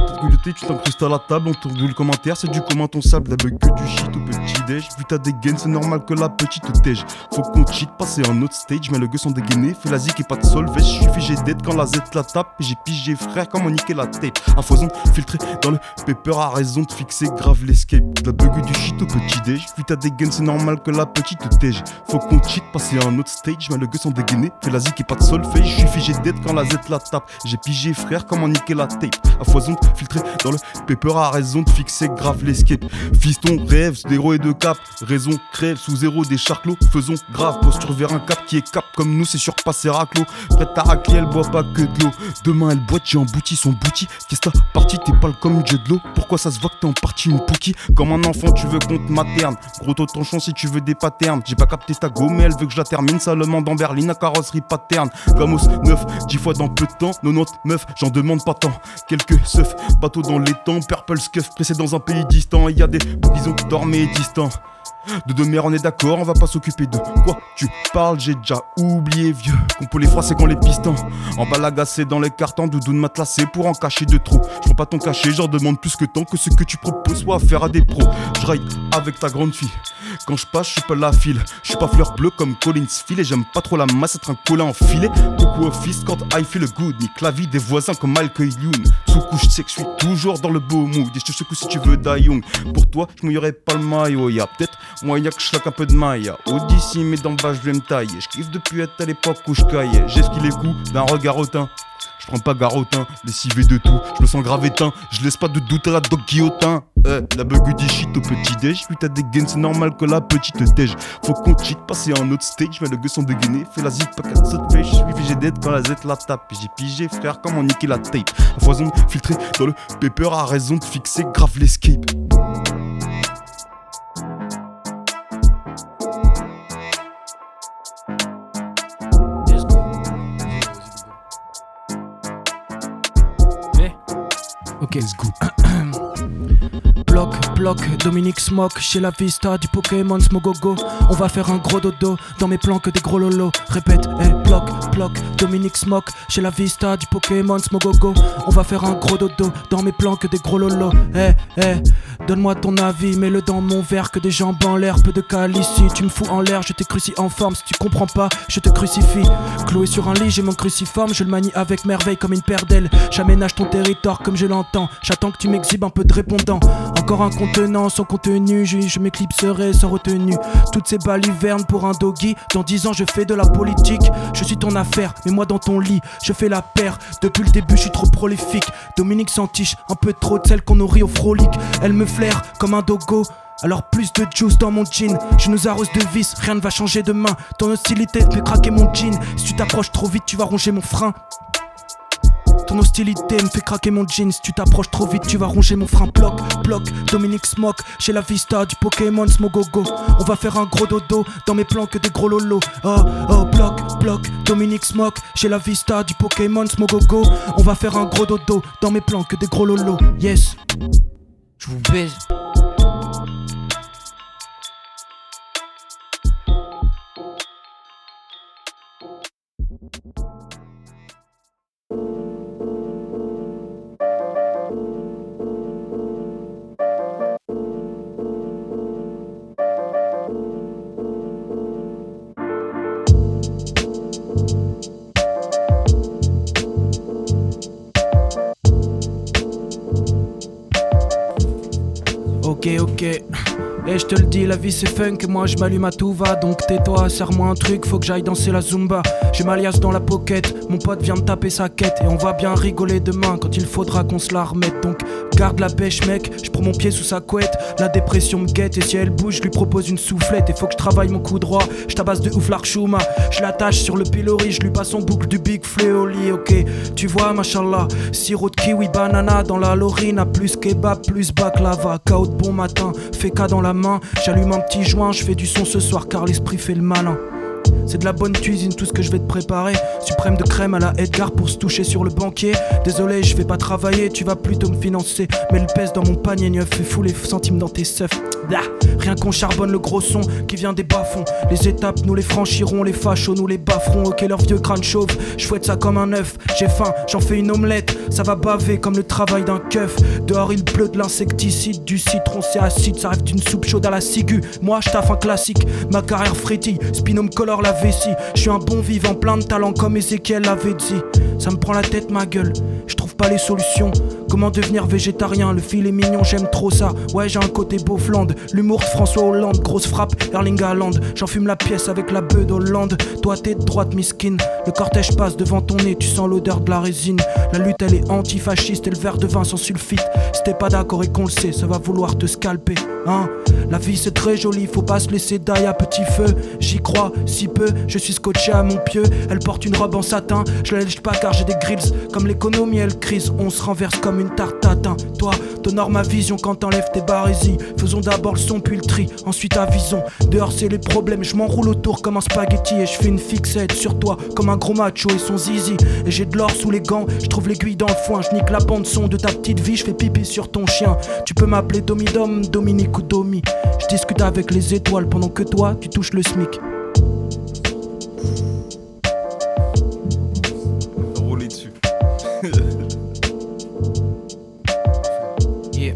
Pour culotter, tu t'incrustes à la table, on tourne le commentaire, c'est du comment ton sable. La bug que du shit au petit déj. Vu t'as des gains, c'est normal que la petite tège. Faut qu'on cheat, passer un autre stage, mais le gueux sont dégainés. Fais la zik et pas de solvège, j'suis figé d'aide quand la Z la tape. Et j'ai pigé frère, comment niquer la tape. À foison, filtré dans le paper, à raison de fixer grave l'escape. La bug du shit au petit déj. Vu t'as des gains, c'est normal que la petite tège. Faut qu'on cheat, passer un autre stage, mais le gueux sont dégainés. Fais la zik et pas de solfège, j'suis figé d'aide quand la Z la tape. J'ai pigé frère, comment niquer la tape. À foison, filtré dans le paper, à raison de fixer grave l'escape. Fiston rêve d'héros et de cap, raison crève sous zéro des charclos. Faisons grave, posture vers un cap qui est cap comme nous, c'est surpassé raclo. Prête à racler, elle boit pas que de l'eau. Demain elle boite, j'ai embouti son bouti. Qu'est-ce ta partie, t'es pâle comme une jet de l'eau. Pourquoi ça se voit que t'es en partie une pouki. Comme un enfant tu veux qu'on te materne. Gros taux de ton si tu veux des patterns. J'ai pas capté ta go mais elle veut que je la termine. Seulement dans Berlin à carrosserie pattern. Gamos 9, 10 fois dans peu de temps. 90 meufs, j'en demande pas tant. Quelques seufs, bateau dans les temps. Purple scuff, pressé dans un pays distant. Y a des bisons dormés distants. De deux mères on est d'accord, on va pas s'occuper de quoi tu parles, j'ai déjà oublié vieux. Qu'on peut les froisser quand les pistons en bas l'agacé dans les cartons, doudoune matelassé pour en cacher de trop. Je prends pas ton cachet, j'en demande plus que tant que ce que tu proposes soit affaire à des pros. Je ride avec ta grande fille. Quand je passe, je suis pas la file. Je suis pas fleur bleue comme Collins Phil et j'aime pas trop la masse, être un colin enfilé. Beaucoup au fils quand I feel good. Nique la vie des voisins comme Malcolm Youn. Sous couche, sais que je suis toujours dans le beau mood. Et je te secoue si tu veux Die Young. Pour toi, je mouillerai pas le maillot. Y'a peut-être moyen que je slack un peu de maille. Odyssey, mais d'en bas, je vais me tailler. Je kiffe depuis être à l'époque où je caillais. J'esquive les coups d'un regard hautain. Je prends pas garotin, lessivé de tout, je me sens grave éteint, je laisse pas de doute à la dog guillotin. La bug du shit au petit déj, vu t'as des gains, c'est normal que la petite tège. Faut qu'on cheat, passer à un autre stage, mais le gueux sont dégainés, fais la zip, pas qu'à saute fait, je suis figé d'aide quand la Z la tape. J'ai pigé frère, comment niquer la tape. À foison, filtré dans le paper, à raison de fixer grave l'escape. Ok, let's go. Bloc, Dominique Smoke, chez la Vista, du Pokémon Smogogo. On va faire un gros dodo, dans mes plans que des gros lolos. Répète, bloc, Dominique Smoke, chez la Vista, du Pokémon Smogogo. On va faire un gros dodo, dans mes plans que des gros lolos. Donne-moi ton avis, mets-le dans mon verre, que des jambes en l'air, peu de calicie. Tu me fous en l'air, je t'écrucie en forme, si tu comprends pas, je te crucifie. Cloué sur un lit, j'ai mon cruciforme, je le manie avec merveille comme une paire d'ailes. J'aménage ton territoire comme je l'entends, j'attends que tu m'exhibes un peu de répondant. Encore un contenant sans contenu, je m'éclipserai sans retenue. Toutes ces balivernes pour un doggy, dans 10 ans je fais de la politique. Je suis ton affaire, mais moi dans ton lit, je fais la paire. Depuis le début je suis trop prolifique. Dominique Santiche, un peu trop de celle qu'on nourrit au frolic. Elle me flaire comme un dogo. Alors plus de juice dans mon jean. Je nous arrose de vis, rien ne va changer demain. Ton hostilité me fait craquer mon jean. Si tu t'approches trop vite tu vas ronger mon frein. Ton hostilité me fait craquer mon jean. Si tu t'approches trop vite tu vas ronger mon frein. Bloc, Dominique Smoke, chez la Vista, du Pokémon Smogogo. On va faire un gros dodo, dans mes plans que des gros lolos. Oh, bloc, Dominique Smoke, chez la Vista, du Pokémon Smogogo. On va faire un gros dodo, dans mes plans que des gros lolos. Yes. Je vous baise. Ok. Et je te le dis, la vie c'est funk, moi je m'allume à tout va. Donc tais-toi, serre-moi un truc, faut que j'aille danser la Zumba. J'ai ma liasse dans la pocket, mon pote vient me taper sa quête. Et on va bien rigoler demain quand il faudra qu'on se la remette. Donc garde la pêche mec, je prends mon pied sous sa couette. La dépression me guette et si elle bouge, je lui propose une soufflette. Et faut que je travaille mon coup droit, je tabasse de ouf l'Archouma. Je l'attache sur le pilori, je lui passe en boucle du Big Fléoli. Ok, tu vois machallah, sirop de kiwi, banana dans la lorina. Plus kebab, plus baklava, KO de bon matin, féca dans la main. J'allume un petit joint, je fais du son ce soir car l'esprit fait le malin. c'est de la bonne cuisine tout ce que je vais te préparer. Suprême de crème à la Edgar pour se toucher sur le banquier. Désolé, je vais pas travailler, tu vas plutôt me financer. Mais le pèse dans mon panier neuf, fais fou les centimes dans tes seufs. Rien qu'on charbonne le gros son qui vient des bas-fonds. Les étapes, nous les franchirons, les fachos, nous les bafferons. Ok, leur vieux crâne chauve, je fouette ça comme un œuf. J'ai faim, j'en fais une omelette, ça va baver comme le travail d'un keuf. Dehors il pleut de l'insecticide, du citron c'est acide, ça rêve d'une soupe chaude à la ciguë. Moi je taffe un classique, ma carrière frétille, Spino me colore la vessie. Je suis un bon vivant, plein de talent comme Ezekiel l'avait dit. Ça me prend la tête ma gueule, je trouve pas les solutions. Comment devenir végétarien, le fil est mignon, j'aime trop ça. Ouais j'ai un côté Beaufland, l'humour de François Hollande. Grosse frappe, Erling Haaland, j'enfume la pièce avec la beuh d'Hollande. Toi t'es de droite miskin, le cortège passe devant ton nez, tu sens l'odeur de la résine. La lutte elle est antifasciste et le verre de vin sans sulfite. Si t'es pas d'accord et qu'on le sait, ça va vouloir te scalper, hein. La vie c'est très joli, faut pas se laisser d'ail à petit feu. J'y crois si peu, je suis scotché à mon pieu. Elle porte une robe en satin, je la lèche pas car j'ai des grills. Comme l'économie elle crise, on se renverse comme une tarte tatin. Toi, t'honores ma vision quand t'enlèves tes barésies. Faisons d'abord le son puis le tri, ensuite avisons. Dehors c'est les problèmes, je m'enroule autour comme un spaghetti. Et je fais une fixette sur toi comme un gros macho et son zizi. Et j'ai de l'or sous les gants, je trouve l'aiguille dans le foin. Je nique la bande son de ta petite vie, je fais pipi sur ton chien. Tu peux m'appeler Domidom, Dominique ou Domi. Je discute avec les étoiles pendant que toi tu touches le SMIC. Rouler dessus. Yeah.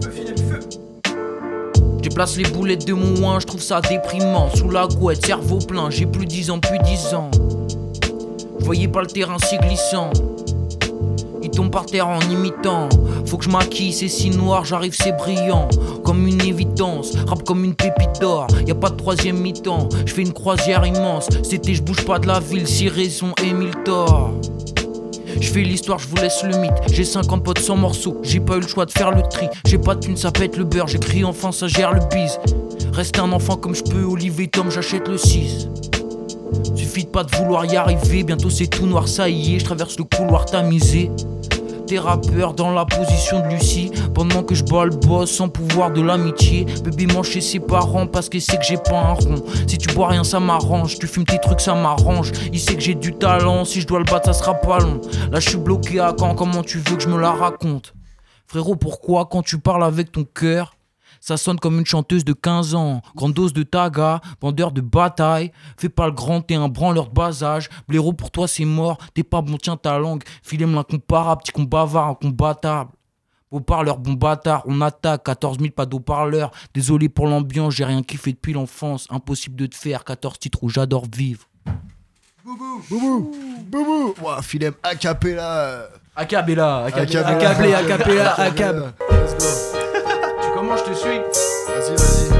Je déplace les boulettes de mon ouin, je trouve ça déprimant. Sous la couette, cerveau plein, j'ai plus 10 ans depuis 10 ans. Je voyais pas le terrain si glissant. Il tombe par terre en imitant. Faut que je maquille, c'est si noir, j'arrive c'est brillant. Comme une évidence, rap comme une pépite d'or. Y'a pas de troisième mi-temps, je fais une croisière immense. C'était je bouge pas de la ville, si raison et mille torts. Je fais l'histoire, je vous laisse le mythe. J'ai 50 potes sans morceaux, j'ai pas eu le choix de faire le tri. J'ai pas de thune, ça pète le beurre, j'écris enfin, ça gère le bise. Reste un enfant comme je peux, Olivier Tom, j'achète le 6. Suffit de pas de vouloir y arriver, bientôt c'est tout noir, ça y est, je traverse le couloir tamisé. Des rappeurs dans la position de Lucie, pendant que je bats le boss sans pouvoir de l'amitié. Bébé mange chez ses parents parce qu'il sait que j'ai pas un rond. Si tu bois rien ça m'arrange, tu fumes tes trucs ça m'arrange. Il sait que j'ai du talent, si je dois le battre ça sera pas long. Là je suis bloqué à Caen, comment tu veux que je me la raconte? Frérot pourquoi quand tu parles avec ton cœur ça sonne comme une chanteuse de 15 ans. Grande dose de taga, vendeur de bataille. Fais pas le grand, t'es un branleur de bas âge. Blaireau pour toi c'est mort, t'es pas bon, tiens ta langue. Filem l'incomparable, petit con bavard, incombattable. Beau parleur, bon bâtard, on attaque, 14 000 pas d'eau-parleur. Désolé pour l'ambiance, j'ai rien kiffé depuis l'enfance. Impossible de te faire, 14 titres où j'adore vivre. Boubou, boubou, boubou. Ouah, Filem, acapella. Acapella, Acapella. accablé, acapella, accab. Let's go. Comment je te suis? Vas-y.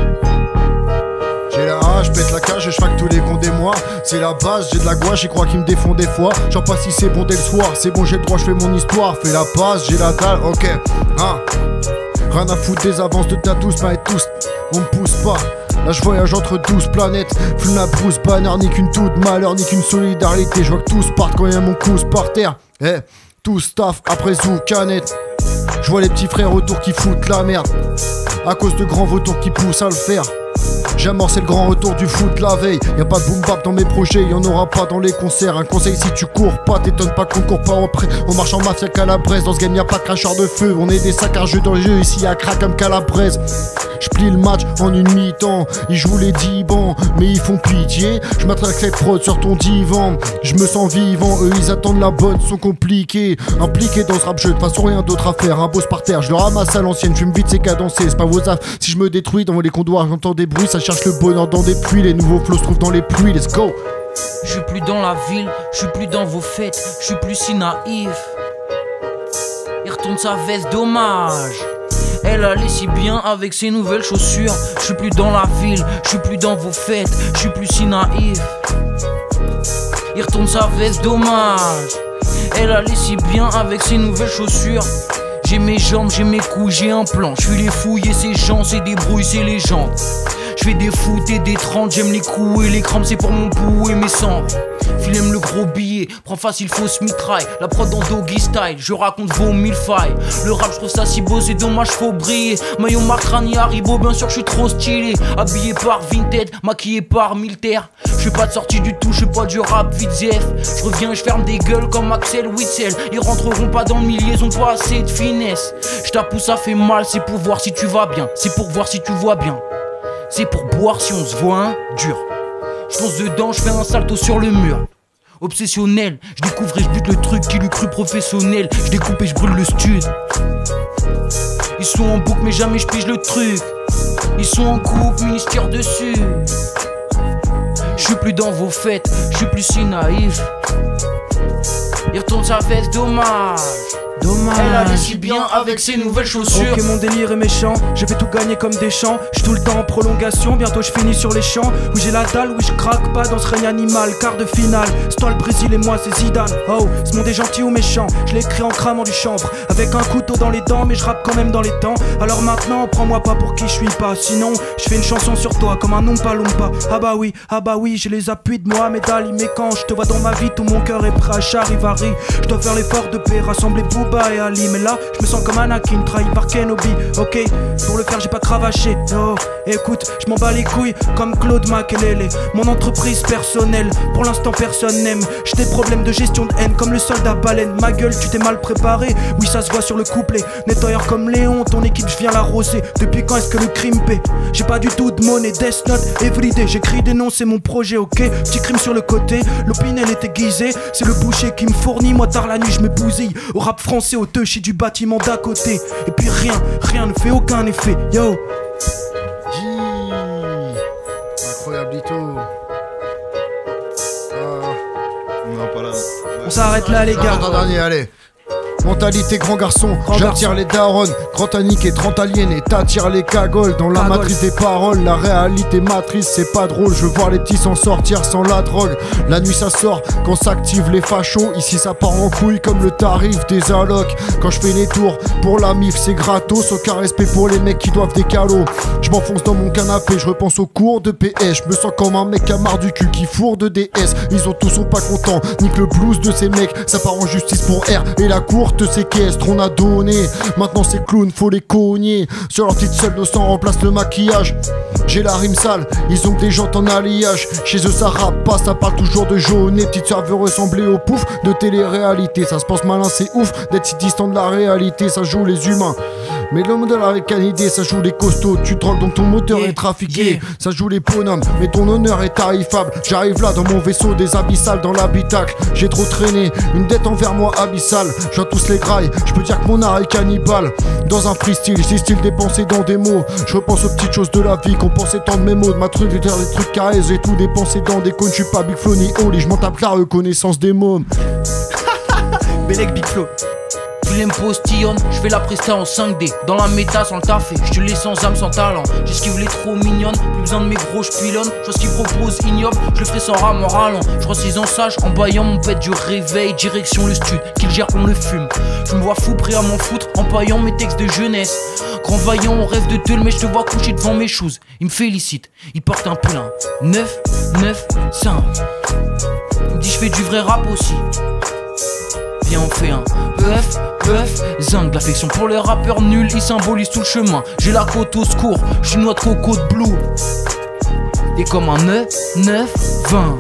J'ai la rage, je pète la cage, je frappe tous les cons des mois. C'est la base, j'ai de la gouache, j'y crois qu'ils me défont des fois. J'en passe si c'est bon dès le soir, c'est bon j'ai le droit, je fais mon histoire. Fais la passe, j'ai la dalle, ok. Hein. Rien à foutre des avances de ta douce, mais tous, on me pousse pas. Là je voyage entre 12 planètes. Fume la brousse, banner, ni qu'une toute malheur, ni qu'une solidarité. Je vois que tous partent quand y'a mon cousse par terre. Tous taff après zou canette. Je vois les petits frères autour qui foutent la merde à cause de grands vautours qui poussent à le faire. J'ai amorcé le grand retour du foot la veille. Y'a pas de boom bap dans mes projets, y'en aura pas dans les concerts. Un conseil si tu cours pas, t'étonnes pas qu'on court pas après. On marche en mafia Calabrese, dans ce game y'a pas de cracheur de feu. On est des saccageux dans le jeu, ici y'a crack comme Calabrese. J'plie le match en une mi-temps, ils jouent les 10 bancs, mais ils font pitié. J'm'attraque cette prod sur ton divan, j'me sens vivant, eux ils attendent la bonne, sont compliqués. Impliqués dans ce rap jeu, de façon rien d'autre à faire. Un boss par terre, je le ramasse à l'ancienne, j'fume vite c'est cadencé, c'est pas vos affres. Si j'me détruis dans les comptoirs, j'entends des bruits, ça cherche le bonheur dans des pluies. Les nouveaux flots se trouvent dans les pluies, let's go. Je suis plus dans la ville, je suis plus dans vos fêtes, je suis plus si naïf. Il retourne sa veste, dommage. Elle allait si bien avec ses nouvelles chaussures. Je suis plus dans la ville, je suis plus dans vos fêtes, je suis plus si naïf. Il retourne sa veste, dommage. Elle allait si bien avec ses nouvelles chaussures. J'ai mes jambes, j'ai mes couilles, j'ai un plan. Je suis les fouilles et ces gens, c'est des brouilles, c'est les gens. Je fais des foot et des 30, j'aime les coups et les crampes, c'est pour mon pouls et mes cendres. Filem le gros billet, prends facile fausse mitraille. La prod en doggy style, je raconte vos mille failles. Le rap je trouve ça si beau, c'est dommage faut briller. Maillot Marc Rani Haribo, bien sûr je suis trop stylé. Habillé par Vinted, maquillé par Militaire. Je fais pas de sortie du tout, je fais pas du rap vite zef. Je reviens, je ferme des gueules comme Axel Witsel. Ils rentreront pas dans le milieu, ils ont pas assez de finesse. Je tape où ça fait mal, c'est pour voir si tu vas bien. C'est pour voir si tu vois bien. C'est pour boire si on se voit un dur. Je fonce dedans, je fais un salto sur le mur. Obsessionnel, je découvre et je bute le truc qui lui cru professionnel. Je découpe et je brûle le stud. Ils sont en boucle mais jamais je pige le truc. Ils sont en couple, ministère dessus. Je suis plus dans vos fêtes, je suis plus si naïf. Il retourne sa veste, dommage. Elle allait si bien avec ses nouvelles chaussures. Ok, mon délire est méchant, je vais tout gagner comme des champs. J'suis tout le temps en prolongation, bientôt je finis sur les champs. Oui j'ai la dalle, oui je craque pas dans ce règne animal. Quart de finale, c'est toi le Brésil et moi c'est Zidane. Oh, ce monde est gentil ou méchant, je l'ai écrit en cramant du chanvre. Avec un couteau dans les dents, mais je rappe quand même dans les temps. Alors maintenant, prends-moi pas pour qui je suis pas. Sinon, je fais une chanson sur toi comme un Oompa Loompa. Ah bah oui, j'ai les appuis de Mohamed Ali. Mais quand je te vois dans ma vie, tout mon cœur est prêt à charivari. Je dois faire l'effort de paix, rassembler Booba et Ali. Mais là, je me sens comme Anakin, trahi par Kenobi. Ok, pour le faire, j'ai pas cravaché. Oh, écoute, je m'en bats les couilles comme Claude Makelele. Mon entreprise personnelle, pour l'instant personne n'aime. J'ai des problèmes de gestion de haine comme le soldat baleine. Ma gueule, tu t'es mal préparé. Oui, ça se voit sur le couplet. Nettoyeur comme Léon, ton équipe, je viens l'arroser. Depuis quand est-ce que le crime paie? J'ai pas du tout de monnaie, Death Note, everyday. J'écris des noms, c'est mon projet, ok. Petit crime sur le côté, l'opinel est aiguisée. C'est le boucher qui me fournit, moi tard la nuit, je me bousille. Au rap français, au teuchi du bâtiment d'à côté. Et puis rien ne fait aucun effet, yo. Incroyable Dito. Non, pas là. On s'arrête là les gars. Dernier, allez. Mentalité grand garçon, j'attire les darons. Grand Annick et 30 aliénés, t'attires les cagoles. Dans la matrice des paroles, la réalité matrice, c'est pas drôle. Je veux voir les petits s'en sortir sans la drogue. La nuit ça sort, quand s'activent les fachos. Ici ça part en couille comme le tarif des allocs. Quand je fais les tours pour la mif, c'est gratos. Aucun respect pour les mecs qui doivent des calots. Je m'enfonce dans mon canapé, je repense aux cours de PS. Je me sens comme un mec qui a marre du cul, qui fourre de DS. Ils ont tous sont pas contents, nique le blues de ces mecs. Ça part en justice pour R et la cour de séquestre, on a donné. Maintenant ces clowns, faut les cogner. Sur leur petite seule, nos sang remplace le maquillage. J'ai la rime sale, ils ont que des jantes en alliage. Chez eux ça rappe pas, ça parle toujours de jaune. Petite sœur veut ressembler au pouf de télé-réalité. Ça se pense malin, c'est ouf d'être si distant de la réalité. Ça joue les humains, mais le modèle avec une idée. Ça joue les costauds, tu drogues donc ton moteur est trafiqué. Ça joue les bonhommes, mais ton honneur est tarifable. J'arrive là dans mon vaisseau des abyssales dans l'habitacle. J'ai trop traîné, une dette envers moi abyssale. Je vois tous les grailles, je peux dire que mon art est cannibale. Dans un freestyle, c'est style dépensé dans des mots. Je repense aux petites choses de la vie qu'on pensait tant de mes mots. De ma truc, de faire des trucs carrés, j'ai tout dépensé dans des cônes. Je suis pas Big Flo ni Oli, je m'en tape la reconnaissance des mômes. Bellec Big Flo. Tu l'aimes postillonne, je fais la presta en 5D. Dans la méta sans le taffer, je te laisse sans âme, sans talent. J'esquive les trop mignonnes, plus besoin de mes gros j'pilonne. Chose qui propose ignoble, je le ferai sans rame en râlant. Je ressise en sage, en baillant mon pet du réveil. Direction le stud, qu'il gère on le fume. Je me vois fou, prêt à m'en foutre, en paillant mes textes de jeunesse. Grand vaillant, on rêve de teul, mais je te vois coucher devant mes choses. Il me félicite, il porte un pull 9, 9, 5. Il me dit je fais du vrai rap aussi. Viens on fait un bœuf, zinc. L'affection pour les rappeurs nuls, ils symbolisent tout le chemin. J'ai la côte au secours, j'suis noix de coco de blue. Et comme un 9, 20.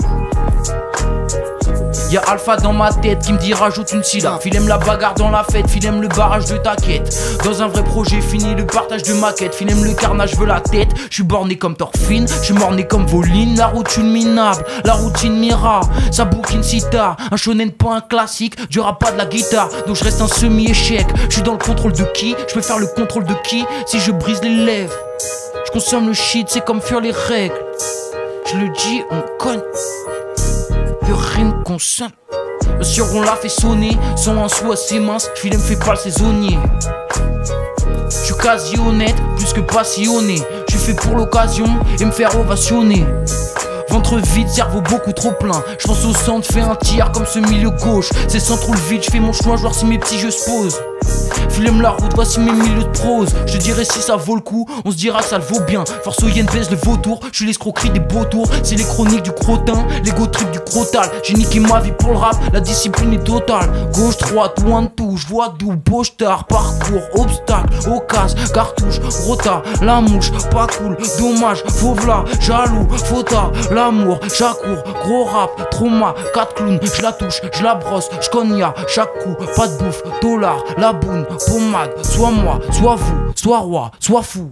Y'a Alpha dans ma tête qui me dit rajoute une syllabe. Phil aime la bagarre dans la fête, Phil aime le barrage de ta quête. Dans un vrai projet fini, le partage de maquette. Phil aime le carnage, veut la tête. J'suis borné comme Thorfinn, j'suis morné comme Voline. La routine minable, la routine mira. Ça bouquine si tard, un shonen pas un classique. Du rap pas de la guitare, donc je reste un semi-échec. J'suis dans le contrôle de qui? J'peux faire le contrôle de qui? Si je brise les lèvres, j'consomme le shit, c'est comme fuir les règles. Je le dis, on cogne. Plus rien ne consomme. Sûr on l'a fait sonner, sans un sou assez mince, Phil me fait pas le saisonnier. J'suis quasi honnête, plus que passionné. J'suis fait pour l'occasion et me faire ovationner. Ventre vide, cerveau beaucoup trop plein. J'pense au centre, fais un tir comme ce milieu gauche. C'est sans trop le vide, j'fais mon choix, joueur si mes petits jeux se posent. Flemme la route, voici mes milieux de prose. Je te dirai si ça vaut le coup, on se dira que ça le vaut bien. Force Yen baise le vautour, je suis l'escroquerie des beaux tours. C'est les chroniques du crottin, l'ego trip du crotal. J'ai niqué ma vie pour le rap, la discipline est totale. Gauche, droite, loin de tout, je vois d'où, Bochetard, parcours, obstacle, occasion, cartouche, rota, la mouche, pas cool, dommage, fauvla, jaloux, fauta, l'amour, j'accours, gros rap, trauma, 4 clowns, je la touche, je la brosse, je cogna, chaque coup, pas de bouffe, dollar, la boune, pommade, soit moi, soit vous, soit roi, soit fou.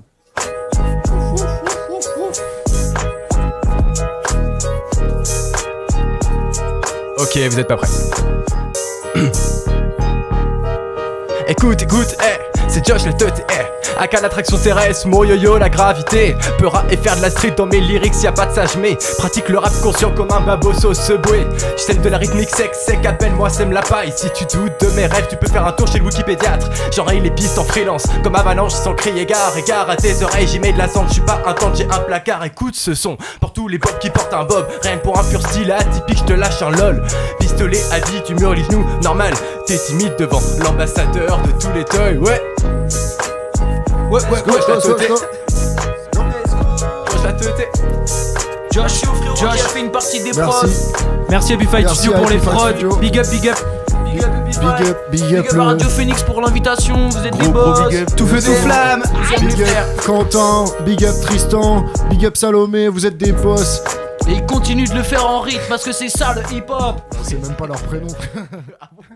Ok, vous êtes pas prêts. Écoute, c'est Josh le teuté, Aka l'attraction terrestre, mon yo-yo la gravité. Peura et faire de la street dans mes lyrics, y'a pas de sage mais pratique le rap conscient comme un baboso Subway. J'sème de la rythmique sec, appelle-moi sème la paille. Si tu doutes de mes rêves, tu peux faire un tour chez le Wikipédiatre. J'enraye les pistes en freelance, comme avalanche sans crier gare à tes oreilles, j'y mets de la cendre, j'suis pas un temps, j'ai un placard. Écoute ce son, pour tous les bobs qui portent un bob. Rien que pour un pur style atypique, j'te lâche un lol. Pistolet à vie, tu murs nous normal. T'es timide devant l'ambassadeur de tous les toys, ouais. Ouais, je la teuté. Je la teuté. Josh, qui a fait une partie des prods. Merci Happy Studio pour les prods. Big up. Big up à Radio Phoenix pour l'invitation, vous êtes des boss. Tout feu, tout flamme. Big up Quentin, big up Tristan, big up Salomé, vous êtes des boss. Et ils continuent de le faire en rythme parce que c'est ça le hip hop. C'est même pas leur prénom.